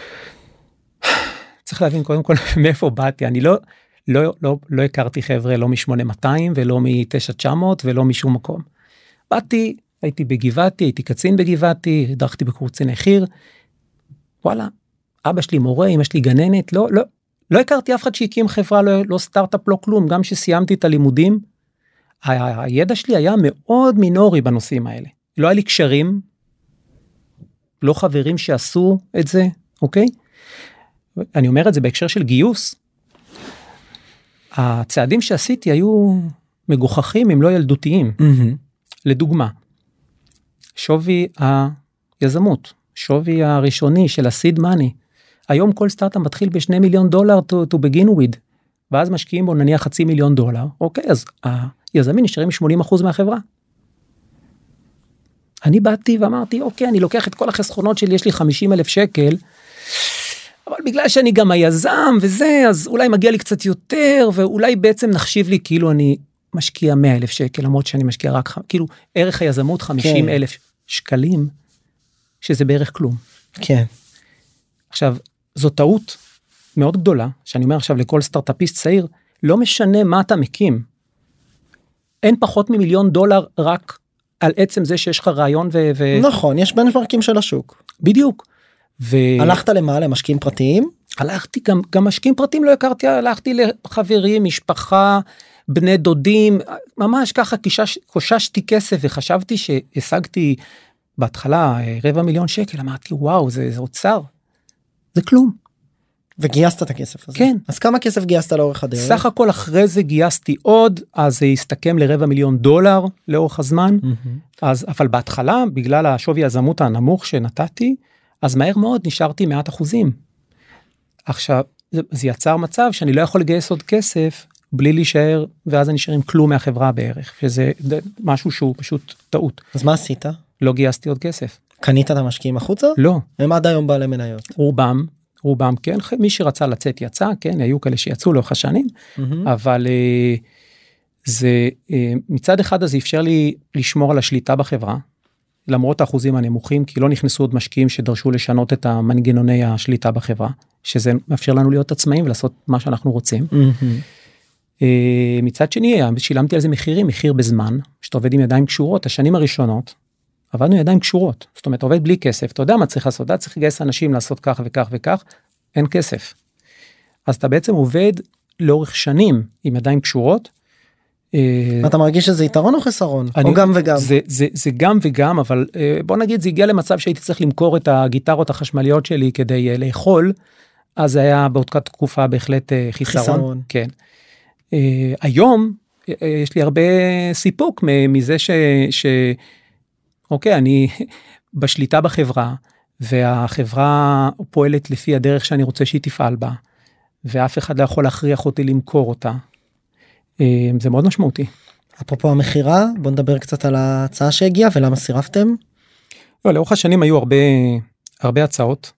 צריך להבין קודם כל מאיפה באתי, אני לא הכרתי חבר'ה, לא מ-8200 ולא מ-9900 ולא משום מקום. באתי, הייתי בגבעתי, הייתי קצין בגבעתי, הדרכתי בקורס קציני חי"ר, וואלה, אבא שלי מורה, אמא שלי גננת, לא הכרתי אף אחד שהקים חברה, לא סטארט-אפ, לא כלום, גם שסיימתי את הלימודים, הידע שלי היה מאוד מינורי בנושאים האלה. לא היה לי קשרים, לא חברים שעשו את זה, אוקיי? אני אומר את זה בהקשר של גיוס. הצעדים שעשיתי היו מגוחכים, אם לא ילדותיים. לדוגמה, שווי היזמות, שווי הראשוני של הסיד מאני, היום כל סטארט-אפ מתחיל ב$2 מיליון to begin with, ואז משקיעים בו נניח $500,000, אוקיי, אז היזמים נשארים 80% מהחברה. אני באתי ואמרתי, אוקיי, אני לוקח את כל החסכונות שלי, יש לי 50,000 שקל, אבל בגלל שאני גם היזם וזה, אז אולי מגיע לי קצת יותר, ואולי בעצם נחשיב לי כאילו אני משקיע 100,000 שקל, למרות שאני משקיע רק, כאילו ערך היזמות 50,000 שקלים, שזה בערך כלום. כן. עכשיו, זו טעות מאוד גדולה, שאני אומר עכשיו לכל סטארט-אפיסט צעיר, לא משנה מה אתה מקים, אין פחות $1 מיליון רק על עצם זה שיש לך רעיון נכון, יש בנצ'מרקים של השוק. בדיוק. הלכת למה? למשקיעים פרטיים? הלכתי, גם משקיעים פרטיים לא הכרתי, הלכתי לחברים, משפחה, בני דודים, ממש ככה קוששתי כסף, וחשבתי שהשגתי בהתחלה $250,000 שקל, אמרתי וואו, זה אוצר, זה כלום. וגייסת את הכסף הזה? כן. אז כמה כסף גייסת לאורך הדרך? סך הכל אחרי זה גייסתי עוד, אז זה הסתכם $250,000 לאורך הזמן, אבל בהתחלה, בגלל השווי היזמות הנמוך שנתתי, אז מהר מאוד נשארתי 100%. עכשיו, זה יצר מצב שאני לא יכול לגייס עוד כסף, בלי להישאר, ואז אני נשאר עם כלום מהחברה בערך, שזה משהו שהוא פשוט טעות. אז מה עשית? לא גייסתי עוד כסף. קנית את המשקיעים החוצה? לא. הם עד היום בעלי מניות. רובם כן, מי שרצה לצאת יצא, כן, היו כאלה שיצאו לאורך השנים, אבל זה, מצד אחד אז אפשר לי לשמור על השליטה בחברה, למרות האחוזים הנמוכים, כי לא נכנסו עוד משקיעים שדרשו לשנות את המנגנוני השליטה בחברה, שזה מאפשר לנו להיות עצמאים ולעשות מה שאנחנו רוצים. מצד שני, שילמתי על זה מחיר בזמן, שאתה עובד עם ידיים קשורות, השנים הראשונות, עבדנו ידיים קשורות, זאת אומרת, עובד בלי כסף, אתה יודע מה צריך לעשות, אתה צריך לגייס אנשים לעשות כך וכך וכך, אין כסף. אז אתה בעצם עובד לאורך שנים עם ידיים קשורות. אתה מרגיש שזה יתרון או חסרון? או גם וגם? זה גם וגם, אבל בוא נגיד, זה הגיע למצב שהייתי צריך למכור את הגיטרות החשמליות שלי כדי לאכול, אז זה היה באותה תקופה בהחלט חיסרון. כן. היום יש לי הרבה סיפוק מזה אוקיי, אני בשליטה בחברה, והחברה פועלת לפי הדרך שאני רוצה שהיא תפעל בה, ואף אחד לא יכול להכריח אותי למכור אותה. זה מאוד משמעותי. אפרופו המחירה, בוא נדבר קצת על ההצעה שהגיעה, ולמה סירבתם? לא, לאורך השנים היו הרבה הצעות.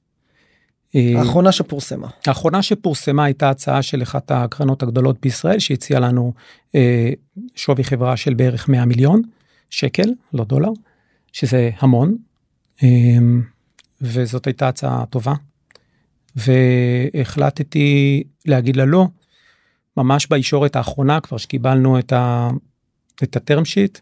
האחרונה שפורסמה הייתה הצעה של אחת הקרנות הגדולות בישראל, שהציעה לנו שווי חברה של בערך 100 מיליון שקל, לא דולר, שזה המון, וזאת הייתה הצעה טובה, והחלטתי להגיד לה לא, ממש בישורת האחרונה, כבר שקיבלנו את הטרם שיט,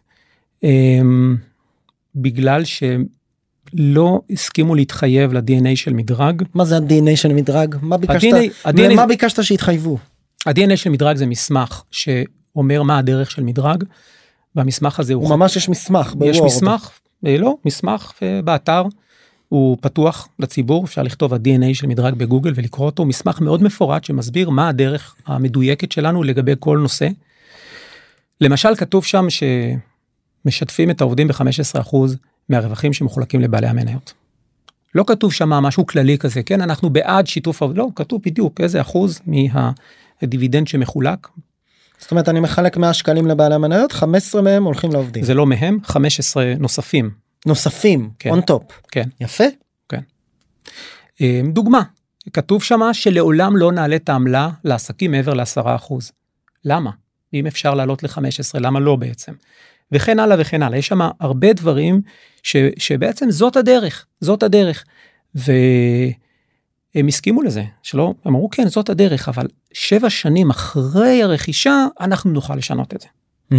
בגלל שלא הסכימו להתחייב ל-DNA של מדרג. מה זה ה-DNA של מדרג? מה ביקשת שהתחייבו? ה-DNA של מדרג זה מסמך שאומר מה הדרך של מדרג, והמסמך הזה הוא ממש יש מסמך בוורד. יש מסמך, לא, מסמך באתר, הוא פתוח לציבור, אפשר לכתוב ה-DNA של מדרג בגוגל ולקרוא אותו, הוא מסמך מאוד מפורט שמסביר מה הדרך המדויקת שלנו לגבי כל נושא. למשל כתוב שם שמשתפים את העובדים ב-15% מהרווחים שמחולקים לבעלי המניות. לא כתוב שם משהו כללי כזה, כן, אנחנו בעד שיתוף העובדים, לא, כתוב בדיוק איזה אחוז מהדיבידנד שמחולק. זאת אומרת, אני מחלק 100 שקלים לבעלי המניות, 15 מהם הולכים לעובדים. זה לא מהם, 15 נוספים. נוספים, כן. on top. כן. יפה. כן. דוגמה, כתוב שמה שלעולם לא נעלה את העמלה לעסקים מעבר ל10%. למה? אם אפשר לעלות ל-15, למה לא בעצם? וכן הלאה וכן הלאה. יש שם הרבה דברים שבעצם זאת הדרך. הם הסכימו לזה, שלא, הם אמרו כן, זאת הדרך, אבל 7 שנים אחרי הרכישה, אנחנו נוכל לשנות את זה.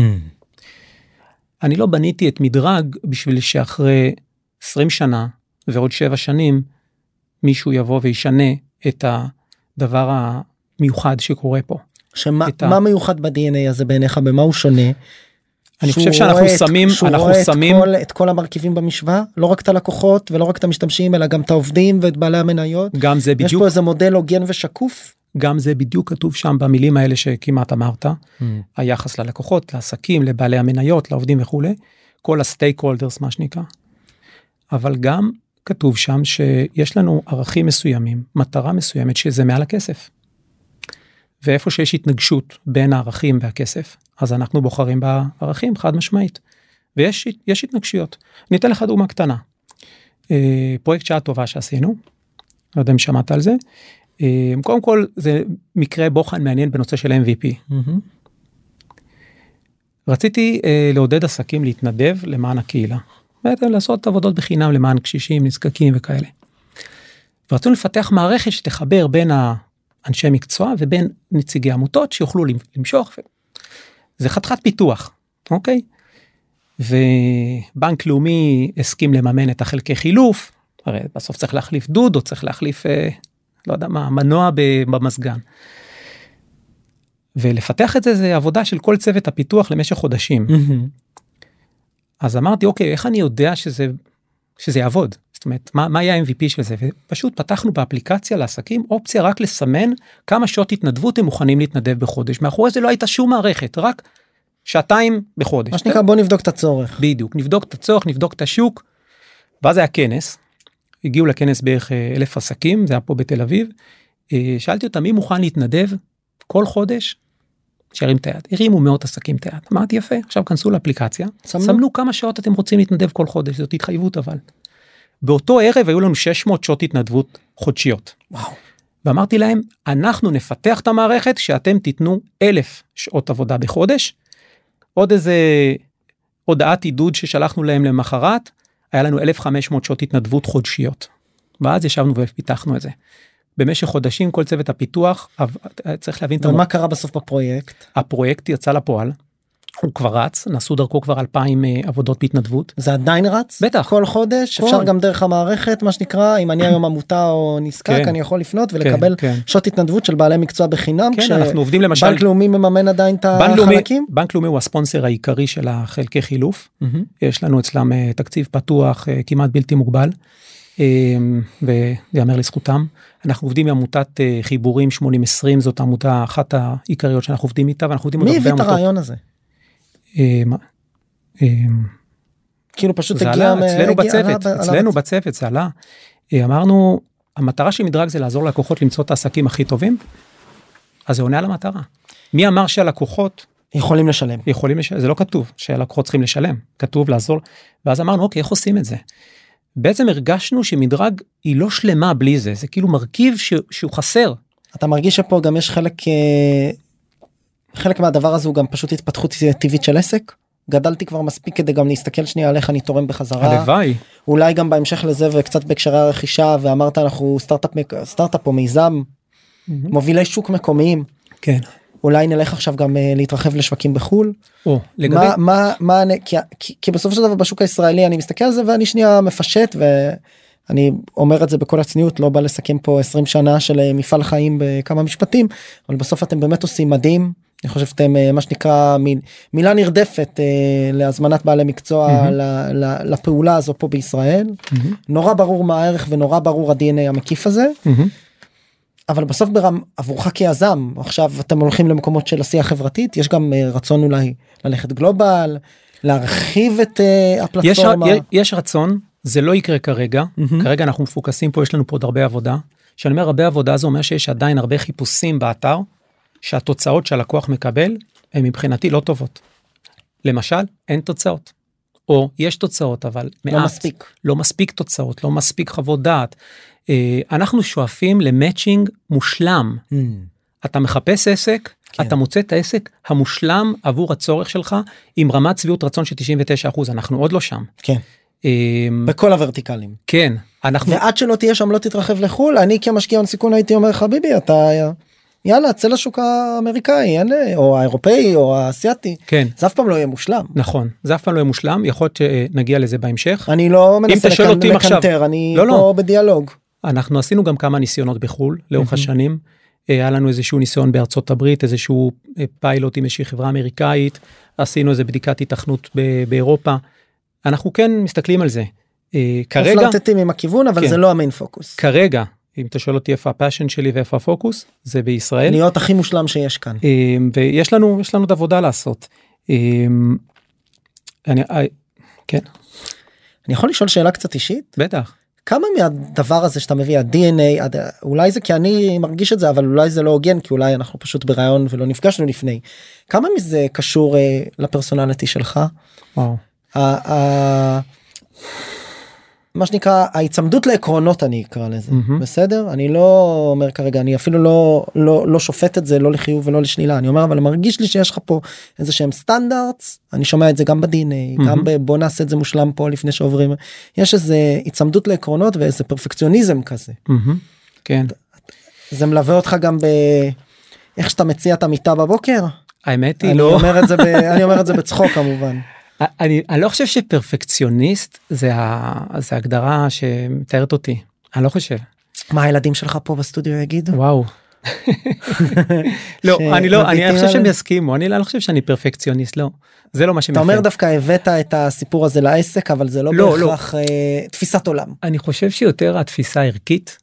אני לא בניתי את מדרג בשביל שאחרי 20 שנה ועוד 7 שנים, מישהו יבוא וישנה את הדבר המיוחד שקורה פה. מה מיוחד ב-DNA הזה בעיניך? במה הוא שונה? אני חושב שאנחנו שמים, שהוא רואה את כל המרכיבים במשוואה, לא רק את הלקוחות ולא רק את המשתמשים, אלא גם את העובדים ואת בעלי המניות. גם זה בדיוק. יש פה איזה מודל הוגן ושקוף. גם זה בדיוק כתוב שם במילים האלה שכמעט אמרת, היחס ללקוחות, לעסקים, לבעלי המניות, לעובדים וכו', כל הסטייק הולדרס מה שנקרא. אבל גם כתוב שם שיש לנו ערכים מסוימים, מטרה מסוימת שזה מעל הכסף. ואיפה שיש התנגשות בין הערכים והכסף, אז אנחנו בוחרים בערכים חד משמעית. ויש התנגשויות. אני אתן לך דוגמה קטנה. פרויקט שעה טובה שעשינו, לא יודע אם שמעת על זה, קודם כל זה מקרה בוחן מעניין בנושא של MVP. רציתי לעודד עסקים להתנדב למען הקהילה. לעשות עבודות בחינם למען קשישים, נזקקים וכאלה. ורצינו לפתח מערכת שתחבר בין אנשי מקצוע ובין נציגי עמותות שיוכלו למשוך. זה חתיכת פיתוח, אוקיי? ובנק לאומי הסכים לממן את החלקי חילוף, הרי בסוף צריך להחליף דוד או צריך להחליף, לא יודע מה, מנוע במסגן. ולפתח את זה, זה עבודה של כל צוות הפיתוח למשך חודשים. אז אמרתי, אוקיי, איך אני יודע שזה יעבוד? זאת אומרת, מה היה ה-MVP של זה? ופשוט פתחנו באפליקציה לעסקים אופציה רק לסמן כמה שעות התנדבות הם מוכנים להתנדב בחודש. מאחורי זה לא הייתה שום מערכת, רק 2 בחודש. מה שנקרא, בוא נבדוק את הצורך. בדיוק, נבדוק את הצורך, נבדוק את השוק. ואז היה כנס, הגיעו לכנס בערך 1,000 עסקים, זה היה פה בתל אביב. שאלתי אותם, מי מוכן להתנדב כל חודש? שירים את היד. הרימו 100 עסקים את היד. אמרתי, יפה, עכשיו כנסו לאפליקציה, סמנו כמה שעות אתם רוצים להתנדב כל חודש, זאת התחייבות אבל. באותו ערב היו לנו 600 שעות התנדבות חודשיות. וואו. ואמרתי להם, אנחנו נפתח את המערכת שאתם תיתנו 1,000 שעות עבודה בחודש. עוד איזה הודעת עידוד ששלחנו להם למחרת, היה לנו 1,500 שעות התנדבות חודשיות. ואז ישבנו ופיתחנו את זה. במשך חודשים כל צוות הפיתוח, צריך להבין... ומה קרה בסוף בפרויקט? הפרויקט יצא לפועל, הוא כבר רץ, נעשו דרכו כבר 2,000 עבודות בהתנדבות. זה עדיין רץ? בטח. כל חודש? אפשר גם דרך המערכת, מה שנקרא, אם אני היום עמותה או נזקק, אני יכול לפנות ולקבל שעות התנדבות של בעלי מקצוע בחינם, אנחנו עובדים למשל... בנק לאומי מממן עדיין את החלקים? בנק לאומי הוא הספונסר העיקרי של החלקי חילוף, יש לנו אצלם תקציב פתוח כמעט בלתי מוגבל, ויאמר לזכותם. אנחנו עובדים עם עמותת חיבורים 80-20, זאת עמותה אחת העיקריות שאנחנו עובדים איתה, ואנחנו עובדים מי הביא את הרעיון הזה? כאילו פשוט הגיע אצלנו בצוות זה עלה. אמרנו, המטרה של מדרג זה לעזור ללקוחות למצוא את העסקים הכי טובים, אז זה עונה על המטרה. מי אמר שהלקוחות יכולים לשלם? זה לא כתוב שהלקוחות צריכים לשלם, כתוב לעזור, ואז אמרנו, אוקיי, איך עושים את זה? בעצם הרגשנו שמדרג היא לא שלמה בלי זה, זה כאילו מרכיב שהוא חסר. אתה מרגיש שפה גם יש חלק מהדבר הזה הוא גם פשוט התפתחות טבעית של עסק? גדלתי כבר מספיק כדי גם להסתכל שנייה על איך אני תורם בחזרה. הלוואי. אולי גם בהמשך לזה וקצת בהקשרי הרכישה, ואמרת אנחנו סטארט-אפ או מיזם, מובילי שוק מקומיים. כן. אולי נלך עכשיו גם להתרחב לשווקים בחול. לגבי... כי בסופו של דבר בשוק הישראלי אני מסתכל על זה ואני שנייה מפשט ואני אומר את זה בכל הצניעות, לא בא לסכם פה 20 שנה של מפעל חיים בכמה משפטים, אבל בסוף אתם באמת עושים מדהים. אני חושב שאתם מה שנקרא מילה נרדפת להזמנת בעלי מקצוע לפעולה הזו פה בישראל. נורא ברור מה הערך ונורא ברור ה-DNA המקיף הזה. אבל בסוף עבורך כיזם, עכשיו אתם הולכים למקומות של עשייה חברתית, יש גם רצון אולי ללכת גלובל, להרחיב את הפלטפורמה. יש רצון, זה לא יקרה כרגע, כרגע אנחנו מפוקסים פה, יש לנו פה עוד הרבה עבודה, שאני אומר הרבה עבודה, זה אומר שיש עדיין הרבה חיפושים באתר, שהתוצאות שהלקוח מקבל, הן מבחינתי לא טובות. למשל, אין תוצאות. או יש תוצאות, אבל מעט. לא מספיק. לא מספיק תוצאות, לא מספיק חוות דעת. אנחנו שואפים למאצ'ינג מושלם. אתה מחפש עסק, אתה מוצא את העסק המושלם עבור הצורך שלך, עם רמת צביעות רצון של 99%, אנחנו עוד לא שם. כן. בכל הוורטיקלים. כן. ועד שלא תהיה שם לא תתרחב לחול, אני כמשקיע הון סיכון הייתי אומר, חביבי, אתה... יאללה, צא לשוק האמריקאי, או האירופאי, או האסייתי. כן. זה אף פעם לא יהיה מושלם. נכון, זה אף פעם לא יהיה מושלם, יכול להיות שנגיע לזה בהמשך. אני לא מנסה לקנטר, אני פה בדיאלוג. אנחנו עשינו גם כמה ניסיונות בחול, לאורך השנים, היה לנו איזשהו ניסיון בארצות הברית, איזשהו פיילוט עם איזושהי חברה אמריקאית, עשינו איזו בדיקת התכנות באירופה, אנחנו כן מסתכלים על זה. כרגע... פלרטטים עם הכיוון, אבל זה לא המיין פוקוס. כרגע, אם אתה שואל אותי איפה הפאשן שלי ואיפה הפוקוס, זה בישראל. להיות הכי מושלם שיש כאן. ויש לנו עוד עבודה לעשות. כן. אני יכול לשאול שאלה קצת אישית? בטח. כמה מהדבר הזה שאתה מביא, ה-DNA, אולי זה כי אני מרגיש את זה, אבל אולי זה לא הוגן, כי אולי אנחנו פשוט ברעיון ולא נפגשנו לפני. כמה מזה קשור לפרסונליטי שלך? וואו. מה שנקרא, ההצמדות לעקרונות אני אקרא לזה, בסדר? אני לא אומר כרגע, אני אפילו לא שופט את זה, לא לחיוב ולא לשלילה, אני אומר, אבל מרגיש לי שיש לך פה איזה שהם סטנדרטס, אני שומע את זה גם ב-DNA, גם בוא נעשה את זה מושלם פה לפני שעוברים, יש איזה הצמדות לעקרונות ואיזה פרפקציוניזם כזה. כן. זה מלווה אותך גם איך שאתה מציע את המיטה בבוקר? האמת היא לא. אני אומר את זה בצחוק כמובן. אני לא חושב שפרפקציוניסט זה ההגדרה שמתארת אותי, אני לא חושב. מה הילדים שלך פה בסטודיו יגידו? וואו. לא, אני חושב שהם יסכימו, אני לא חושב שאני פרפקציוניסט, לא. זה לא מה שמפק. אתה אומר דווקא הבאת את הסיפור הזה לעסק, אבל זה לא בהכרח תפיסת עולם. אני חושב שיותר התפיסה הערכית,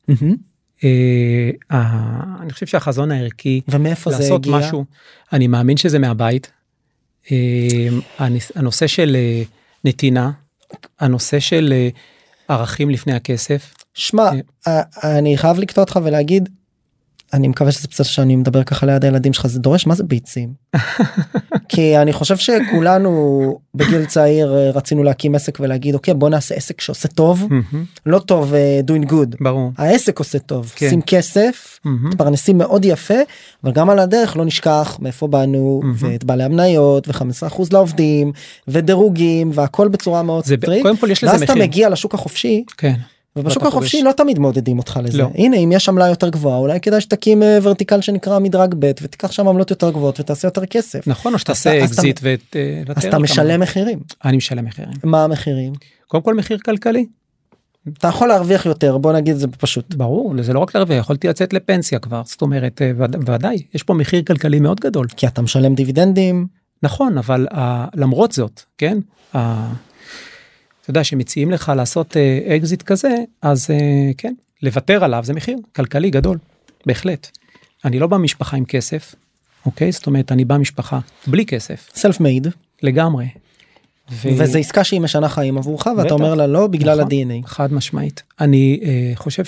אני חושב שהחזון הערכי, ומאיפה זה הגיע? משהו, אני מאמין שזה מהבית, הנושא של נתינה, הנושא של ערכים לפני הכסף. שמע, אני חייב לקטוע אותך ולהגיד, אני מקווה שזה בסדר שאני מדבר ככה ליד הילדים שלך, זה דורש, מה זה ביצים? כי אני חושב שכולנו בגיל צעיר רצינו להקים עסק ולהגיד, אוקיי, בוא נעשה עסק שעושה טוב, לא טוב doing good. ברור. העסק עושה טוב, שים כסף, תפרנסים מאוד יפה, אבל גם על הדרך לא נשכח מאיפה באנו, ואת בעלי המניות, ו15% לעובדים, ודירוגים, והכל בצורה מאוד סטריקט. ואז אתה מגיע לשוק החופשי, כן. ובשוק החופשי לא תמיד מעודדים אותך לזה. הנה, אם יש עמלה יותר גבוהה, אולי כדאי שתקים ורטיקל שנקרא מדרג ב' ותיקח שם עמלות יותר גבוהות ותעשה יותר כסף. נכון, או שתעשה אקזיט אז אתה משלם מחירים. אני משלם מחירים. מה המחירים? קודם כל מחיר כלכלי. אתה יכול להרוויח יותר, בוא נגיד זה פשוט. ברור, זה לא רק להרוויח, יכולתי לצאת לפנסיה כבר, זאת אומרת, ודאי, יש פה מחיר כלכלי מאוד גדול. כי אתה משלם דיבידנדים. נכון, אבל למרות זאת, כן, אתה יודע, שמציעים לך לעשות אקזיט כזה, אז כן, לוותר עליו זה מחיר כלכלי גדול, בהחלט. אני לא בא משפחה עם כסף, אוקיי? זאת אומרת, אני בא משפחה בלי כסף. סלף מייד. לגמרי. וזה עסקה שהיא משנה חיים עבורך, ואתה אומר לה לא, בגלל ה-DNA. חד משמעית. אני חושב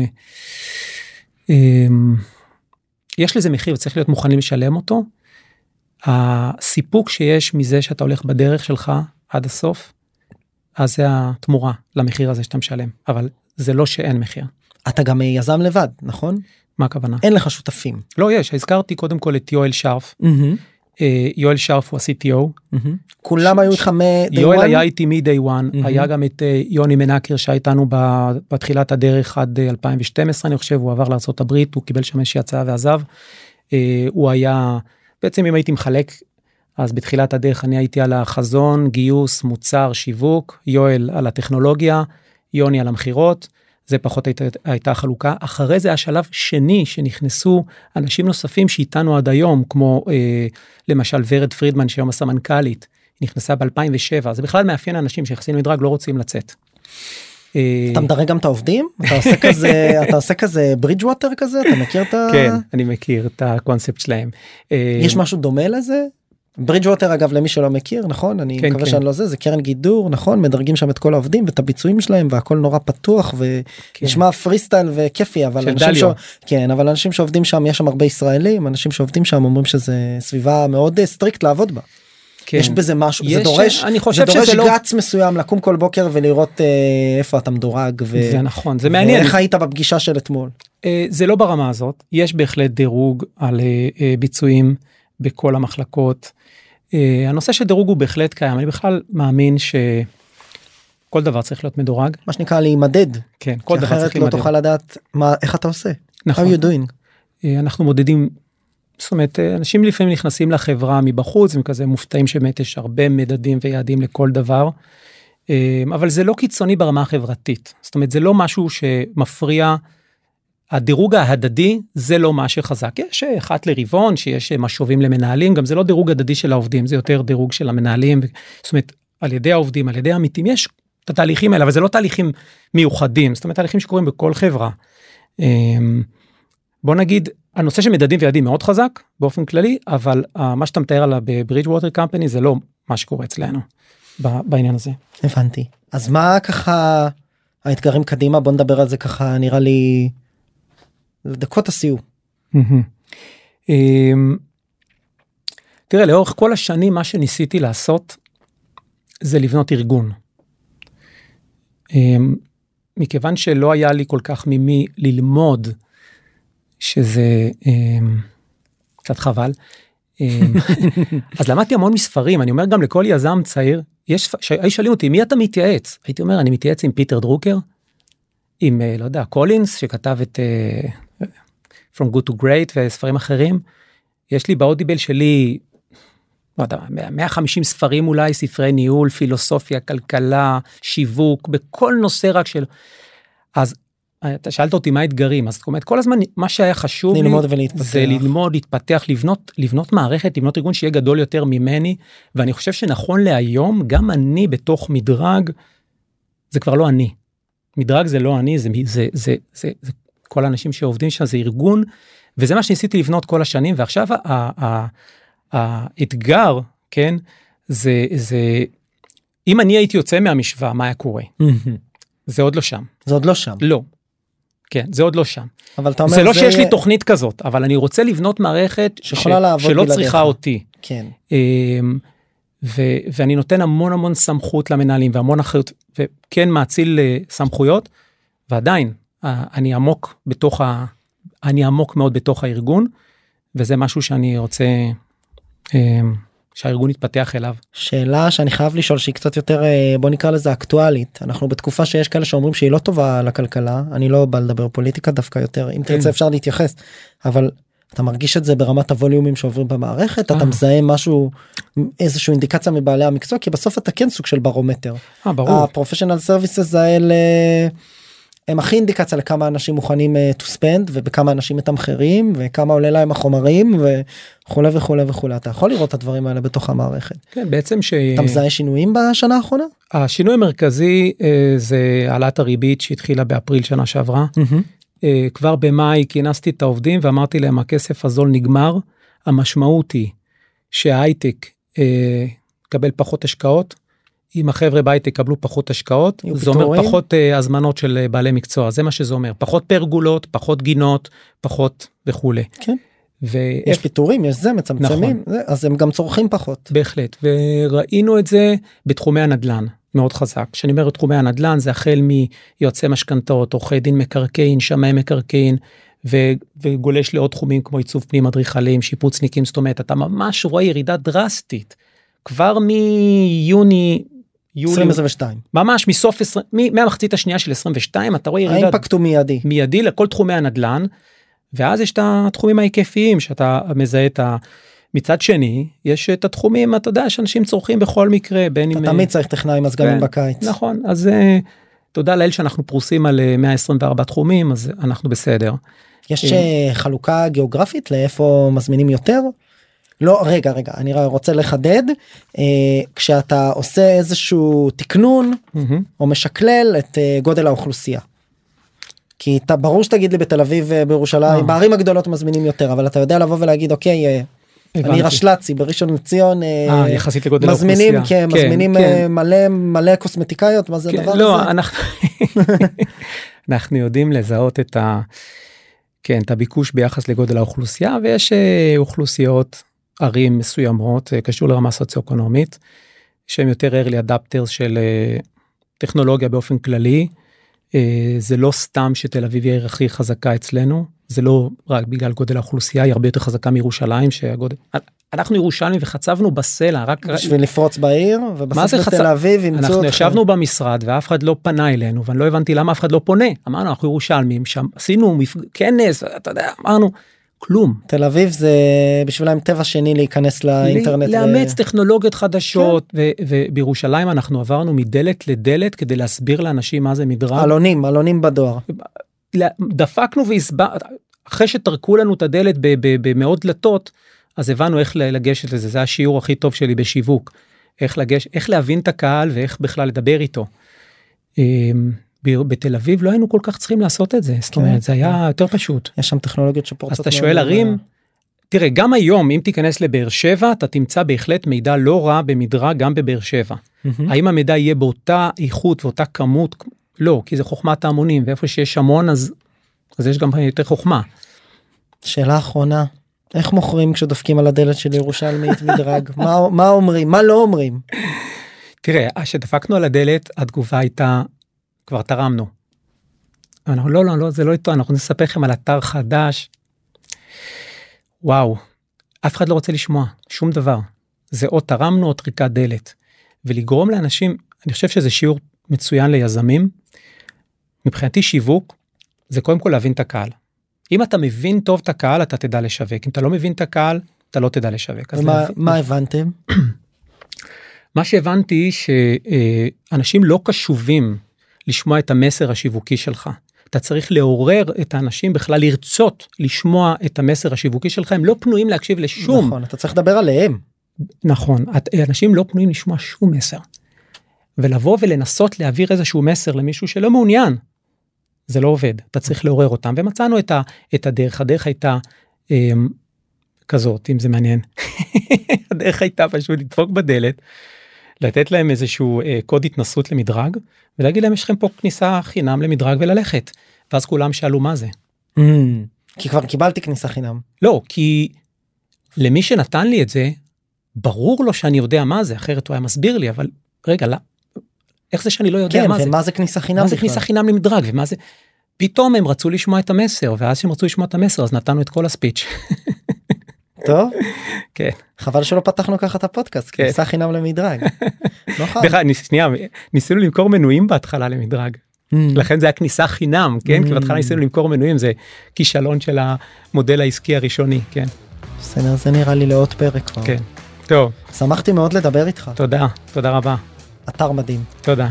יש לזה מחיר, וצריך להיות מוכנים לשלם אותו. הסיפוק שיש מזה שאתה הולך בדרך שלך עד הסוף, אז זה התמורה למחיר הזה שאתה משלם, אבל זה לא שאין מחיר. אתה גם יזם לבד, נכון? מה הכוונה? אין לך שותפים. לא, יש, הזכרתי קודם כל את יואל שרף. יואל שרף הוא ה-CTO. כולם היו איתך מ-day one? יואל היה איתי מ-day one, היה גם את יוני מנקר שהייתנו בתחילת הדרך עד 2012, אני חושב, הוא עבר לארצות הברית, הוא קיבל שם איזושהי הצעה ועזב. הוא היה, בעצם אם הייתי מחלק, אז בתחילת הדרך אני הייתי על החזון, גיוס, מוצר, שיווק, יואל על הטכנולוגיה, יוני על המחירות, זה פחות הייתה החלוקה. אחרי זה השלב שני שנכנסו אנשים נוספים שאיתנו עד היום, כמו למשל ורד פרידמן שהיום הסמנכ"לית, נכנסה ב-2007, זה בכלל מאפיין אנשים שיחסים מדרג לא רוצים לצאת. אתה מדרג גם את העובדים? אתה עושה כזה ברידג' ווטר כזה? אתה מכיר את ה... כן, אני מכיר את הקונספט שלהם. יש משהו דומה לזה? ברידג' ווטר אגב למי שלא מכיר, נכון? אני מקווה שאני לא זה קרן גידור, נכון? מדרגים שם את כל העובדים ואת הביצועים שלהם והכל נורא פתוח ונשמע פרי סטייל וכיפי, אבל אנשים שעובדים שם, יש שם הרבה ישראלים, אנשים שעובדים שם אומרים שזה סביבה מאוד סטריקט לעבוד בה. יש בזה משהו, זה דורש גץ מסוים לקום כל בוקר ולראות איפה אתה מדורג. זה נכון, זה מעניין. ואיך היית בפגישה של אתמול? זה לא ברמה הזאת, יש בהחלט דירוג על ביצועים בכל המחלקות. הנושא של דירוג הוא בהחלט קיים, אני בכלל מאמין שכל דבר צריך להיות מדורג. מה שנקרא להימדד. כן, כל דבר צריך להימדד. כי אחרת לא תוכל לדעת איך אתה עושה. נכון. How you doing? אנחנו מודדים, זאת אומרת, אנשים לפעמים נכנסים לחברה מבחוץ, הם כזה מופתעים שבאמת יש הרבה מדדים ויעדים לכל דבר. אבל זה לא קיצוני ברמה החברתית, זאת אומרת, זה לא משהו שמפריע, הדירוג ההדדי זה לא מה שחזק, יש אחת לרבעון, שיש משובים למנהלים, גם זה לא דירוג הדדי של העובדים, זה יותר דירוג של המנהלים, זאת אומרת, על ידי העובדים, על ידי העמיתים, יש את התהליכים האלה, אבל זה לא תהליכים מיוחדים, זאת אומרת, תהליכים שקורים בכל חברה. בוא נגיד, הנושא של מדדים ויעדים מאוד חזק, באופן כללי, אבל מה שאתה מתאר עליו בברידג'ווטר קמפני, זה לא מה שקורה אצלנו, בעניין הזה. הבנתי. אז מה ככה, האתגרים קדימה, בוא נדבר על זה ככה, נראה לי, לדקות הסיום. תראה, לאורך כל השנים, מה שניסיתי לעשות, זה לבנות ארגון. מכיוון שלא היה לי כל כך ממי ללמוד, שזה קצת חבל, אז למדתי המון מספרים, אני אומר גם לכל יזם צעיר, היו שואלים אותי, מי אתה מתייעץ? הייתי אומר, אני מתייעץ עם פיטר דרוקר, עם, לא יודע, קולינס, שכתב את From Good to Great וספרים אחרים, יש לי באודיבל שלי, לא יודע, 150 ספרים אולי, ספרי ניהול, פילוסופיה, כלכלה, שיווק, בכל נושא רק של... אז אתה שאלת אותי מה האתגרים, אז זאת אומרת, כל הזמן מה שהיה חשוב לי, זה ללמוד, להתפתח, לבנות מערכת, לבנות ארגון שיהיה גדול יותר ממני, ואני חושב שנכון להיום, גם אני בתוך מדרג, זה כבר לא אני. מדרג זה לא אני, זה כל האנשים שעובדים שם, זה ארגון, וזה מה שניסיתי לבנות כל השנים, ועכשיו האתגר, כן, זה, אם אני הייתי יוצא מהמשוואה, מה היה קורה? זה עוד לא שם. זה עוד לא שם. לא. כן, זה עוד לא שם. אבל אתה אומר, זה לא שיש לי תוכנית כזאת, אבל אני רוצה לבנות מערכת שלא צריכה אותי. כן. ואני נותן המון סמכות למנהלים, והמון אחריות, וכן מאציל סמכויות, ועדיין, אני עמוק מאוד בתוך הארגון, וזה משהו שאני רוצה שהארגון יתפתח אליו. שאלה שאני חייב לשאול שהיא קצת יותר, בוא נקרא לזה אקטואלית, אנחנו בתקופה שיש כאלה שאומרים שהיא לא טובה לכלכלה, אני לא בא לדבר פוליטיקה דווקא יותר, אם תרצה אפשר להתייחס, אבל אתה מרגיש את זה ברמת הווליומים שעוברים במערכת, אתה מזהה משהו, איזושהי אינדיקציה מבעלי המקצוע, כי בסוף אתה כן סוג של ברומטר. ברור. הפרופשיונל סרוויסס האלה, הם הכי אינדיקציה לכמה אנשים מוכנים to spend, ובכמה אנשים מתמחרים, וכמה עולה להם החומרים, וכו' וכו' וכו'. אתה יכול לראות את הדברים האלה בתוך המערכת. כן, בעצם אתה מזהה שינויים בשנה האחרונה? השינוי המרכזי זה העלאת הריבית שהתחילה באפריל שנה שעברה. כבר במאי כינסתי את העובדים, ואמרתי להם, הכסף הזול נגמר. המשמעות היא שההייטק קבל פחות השקעות, אם החבר'ה בית יקבלו פחות השקעות, זה אומר פחות הזמנות של בעלי מקצוע, זה מה שזה אומר, פחות פרגולות, פחות גינות, פחות וכו'. כן, יש פיתורים, יש זה, מצמצמים, אז הם גם צורכים פחות. בהחלט, וראינו את זה בתחומי הנדל"ן, מאוד חזק. כשאני אומר תחומי הנדל"ן, זה החל מיועצי משכנתאות, עורכי דין מקרקעין, שמאי מקרקעין, וגולש לעוד תחומים כמו עיצוב פנים אדריכלים, שיפוצניקים, זאת אומרת, אתה ממש רואה ירידה דרסטית, כבר מיוני, 2022. ממש מהמחצית השנייה של 22, אתה רואה ירידה. האימפקט הוא מיידי לכל תחומי הנדל"ן, ואז יש את התחומים ההיקפיים שאתה מזהה מצד שני, יש את התחומים, אתה יודע, שאנשים צורכים בכל מקרה, בין אם... אתה תמיד צריך טכנאי מזגנים בקיץ. נכון, אז תודה לאל שאנחנו פרוסים על 124 תחומים, אז אנחנו בסדר. יש חלוקה גיאוגרפית לאיפה מזמינים יותר? לא, רגע, אני רוצה לחדד, כשאתה עושה איזשהו תקנון, או משקלל את גודל האוכלוסייה. כי ברור שתגיד לי בתל אביב ובירושלים, בערים הגדולות מזמינים יותר, אבל אתה יודע לבוא ולהגיד, אוקיי, אני רשל"צי, בראשון לציון, יחסית לגודל האוכלוסייה. מזמינים מלא קוסמטיקאיות, מה זה הדבר הזה? לא, אנחנו יודעים לזהות את הביקוש ביחס לגודל האוכלוסייה, ויש אוכלוסיות, ערים מסוימות, קשור לרמה סוציו-אקונומית, שהם יותר early adapters של טכנולוגיה באופן כללי, זה לא סתם שתל אביב היא הכי חזקה אצלנו, זה לא רק בגלל גודל האוכלוסייה, היא הרבה יותר חזקה מירושלים, אנחנו ירושלמים וחצבנו בסלע, רק... בשביל לפרוץ בעיר, ובסוף בתל אביב ימצאו אנחנו ישבנו במשרד, ואף אחד לא פנה אלינו, ואני לא הבנתי למה אף אחד לא פונה, אמרנו, אנחנו ירושלמים, שם עשינו כנס, אתה יודע, אמרנו, כלום. תל אביב זה בשבילם טבע שני להיכנס לאינטרנט. לאמץ טכנולוגיות חדשות, ובירושלים אנחנו עברנו מדלת לדלת כדי להסביר לאנשים מה זה מדרג. אלונים בדואר. דפקנו אחרי שתרקו לנו את הדלת במאות דלתות, אז הבנו איך לגשת לזה, זה השיעור הכי טוב שלי בשיווק, איך להבין את הקהל ואיך בכלל לדבר איתו. בתל אביב לא היינו כל כך צריכים לעשות את זה, זאת אומרת, זה היה יותר פשוט. יש שם טכנולוגיות שפורצות. אז אתה שואל ערים, תראה, גם היום, אם תיכנס לבאר שבע, אתה תמצא בהחלט מידע לא רע במדרג, גם בבאר שבע. האם המידע יהיה באותה איכות ואותה כמות? לא, כי זה חוכמת ההמונים, ואיפה שיש המון, אז יש גם יותר חוכמה. שאלה אחרונה, איך מוכרים כשדופקים על הדלת של ירושלמית מדרג? מה אומרים? מה לא אומרים? תראה, כשדפקנו על הדלת, התגובה הייתה, כבר תרמנו. לא, זה לא איתו, אנחנו נספר לכם על אתר חדש. וואו, אף אחד לא רוצה לשמוע, שום דבר. זה או תרמנו או טריקת דלת. ולגרום לאנשים, אני חושב שזה שיעור מצוין ליזמים. מבחינתי שיווק, זה קודם כל להבין את הקהל. אם אתה מבין טוב את הקהל, אתה תדע לשווק. אם אתה לא מבין את הקהל, אתה לא תדע לשווק. מה הבנתם? מה שהבנתי שאנשים לא קשובים לשמוע את המסר השיווקי שלך. אתה צריך לעורר את האנשים בכלל לרצות לשמוע את המסר השיווקי שלך, הם לא פנויים להקשיב לשום. נכון, אתה צריך לדבר עליהם. נכון, אנשים לא פנויים לשמוע שום מסר. ולבוא ולנסות להעביר איזשהו מסר למישהו שלא מעוניין, זה לא עובד, אתה צריך לעורר אותם, ומצאנו את הדרך, הדרך הייתה כזאת, אם זה מעניין. הדרך הייתה פשוט לדפוק בדלת, לתת להם איזשהו קוד התנסות למדרג, ולהגיד להם, יש לכם פה כניסה חינם למדרג וללכת. ואז כולם שאלו מה זה. כי כבר קיבלתי כניסה חינם. לא, כי למי שנתן לי את זה, ברור לו שאני יודע מה זה, אחרת הוא היה מסביר לי, אבל רגע, איך זה שאני לא יודע מה זה? כן, ומה זה כניסה חינם? מה זה כניסה חינם למדרג, ומה זה? פתאום הם רצו לשמוע את המסר, ואז שהם רצו לשמוע את המסר, אז נתנו את כל הספיץ'. טוב? כן. חבל שלא פתחנו ככה את הפודקאסט, כניסה חינם למדרג. שנייה, ניסינו למכור מנויים בהתחלה למדרג. לכן זה היה כניסה חינם, כן? כי בהתחלה ניסינו למכור מנויים, זה כישלון של המודל העסקי הראשוני, כן. בסדר, זה נראה לי לעוד פרק כבר. כן, טוב. שמחתי מאוד לדבר איתך. תודה, תודה רבה. אתר מדהים. תודה.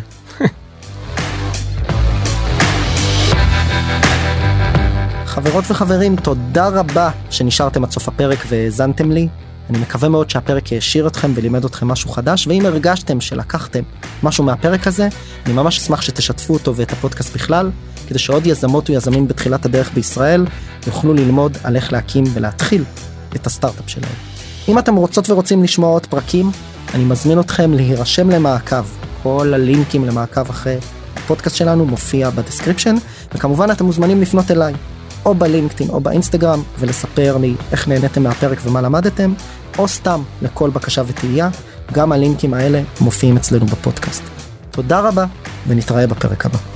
חברות וחברים, תודה רבה שנשארתם עד סוף הפרק והאזנתם לי. אני מקווה מאוד שהפרק ישיר אתכם ולימד אתכם משהו חדש, ואם הרגשתם שלקחתם משהו מהפרק הזה, אני ממש אשמח שתשתפו אותו ואת הפודקאסט בכלל, כדי שעוד יזמות ויזמים בתחילת הדרך בישראל יוכלו ללמוד על איך להקים ולהתחיל את הסטארט-אפ שלהם. אם אתם רוצות ורוצים לשמוע עוד פרקים, אני מזמין אתכם להירשם למעקב. כל הלינקים למעקב אחרי הפודקאסט שלנו מופיע בדסקריפשן, וכמובן אתם מוזמנים לפנות אליי, או בלינקדאין או באינסטגרם, ולספר לי איך נהניתם מהפרק ומה למדתם, או סתם לכל בקשה ותהייה, גם הלינקים האלה מופיעים אצלנו בפודקאסט. תודה רבה, ונתראה בפרק הבא.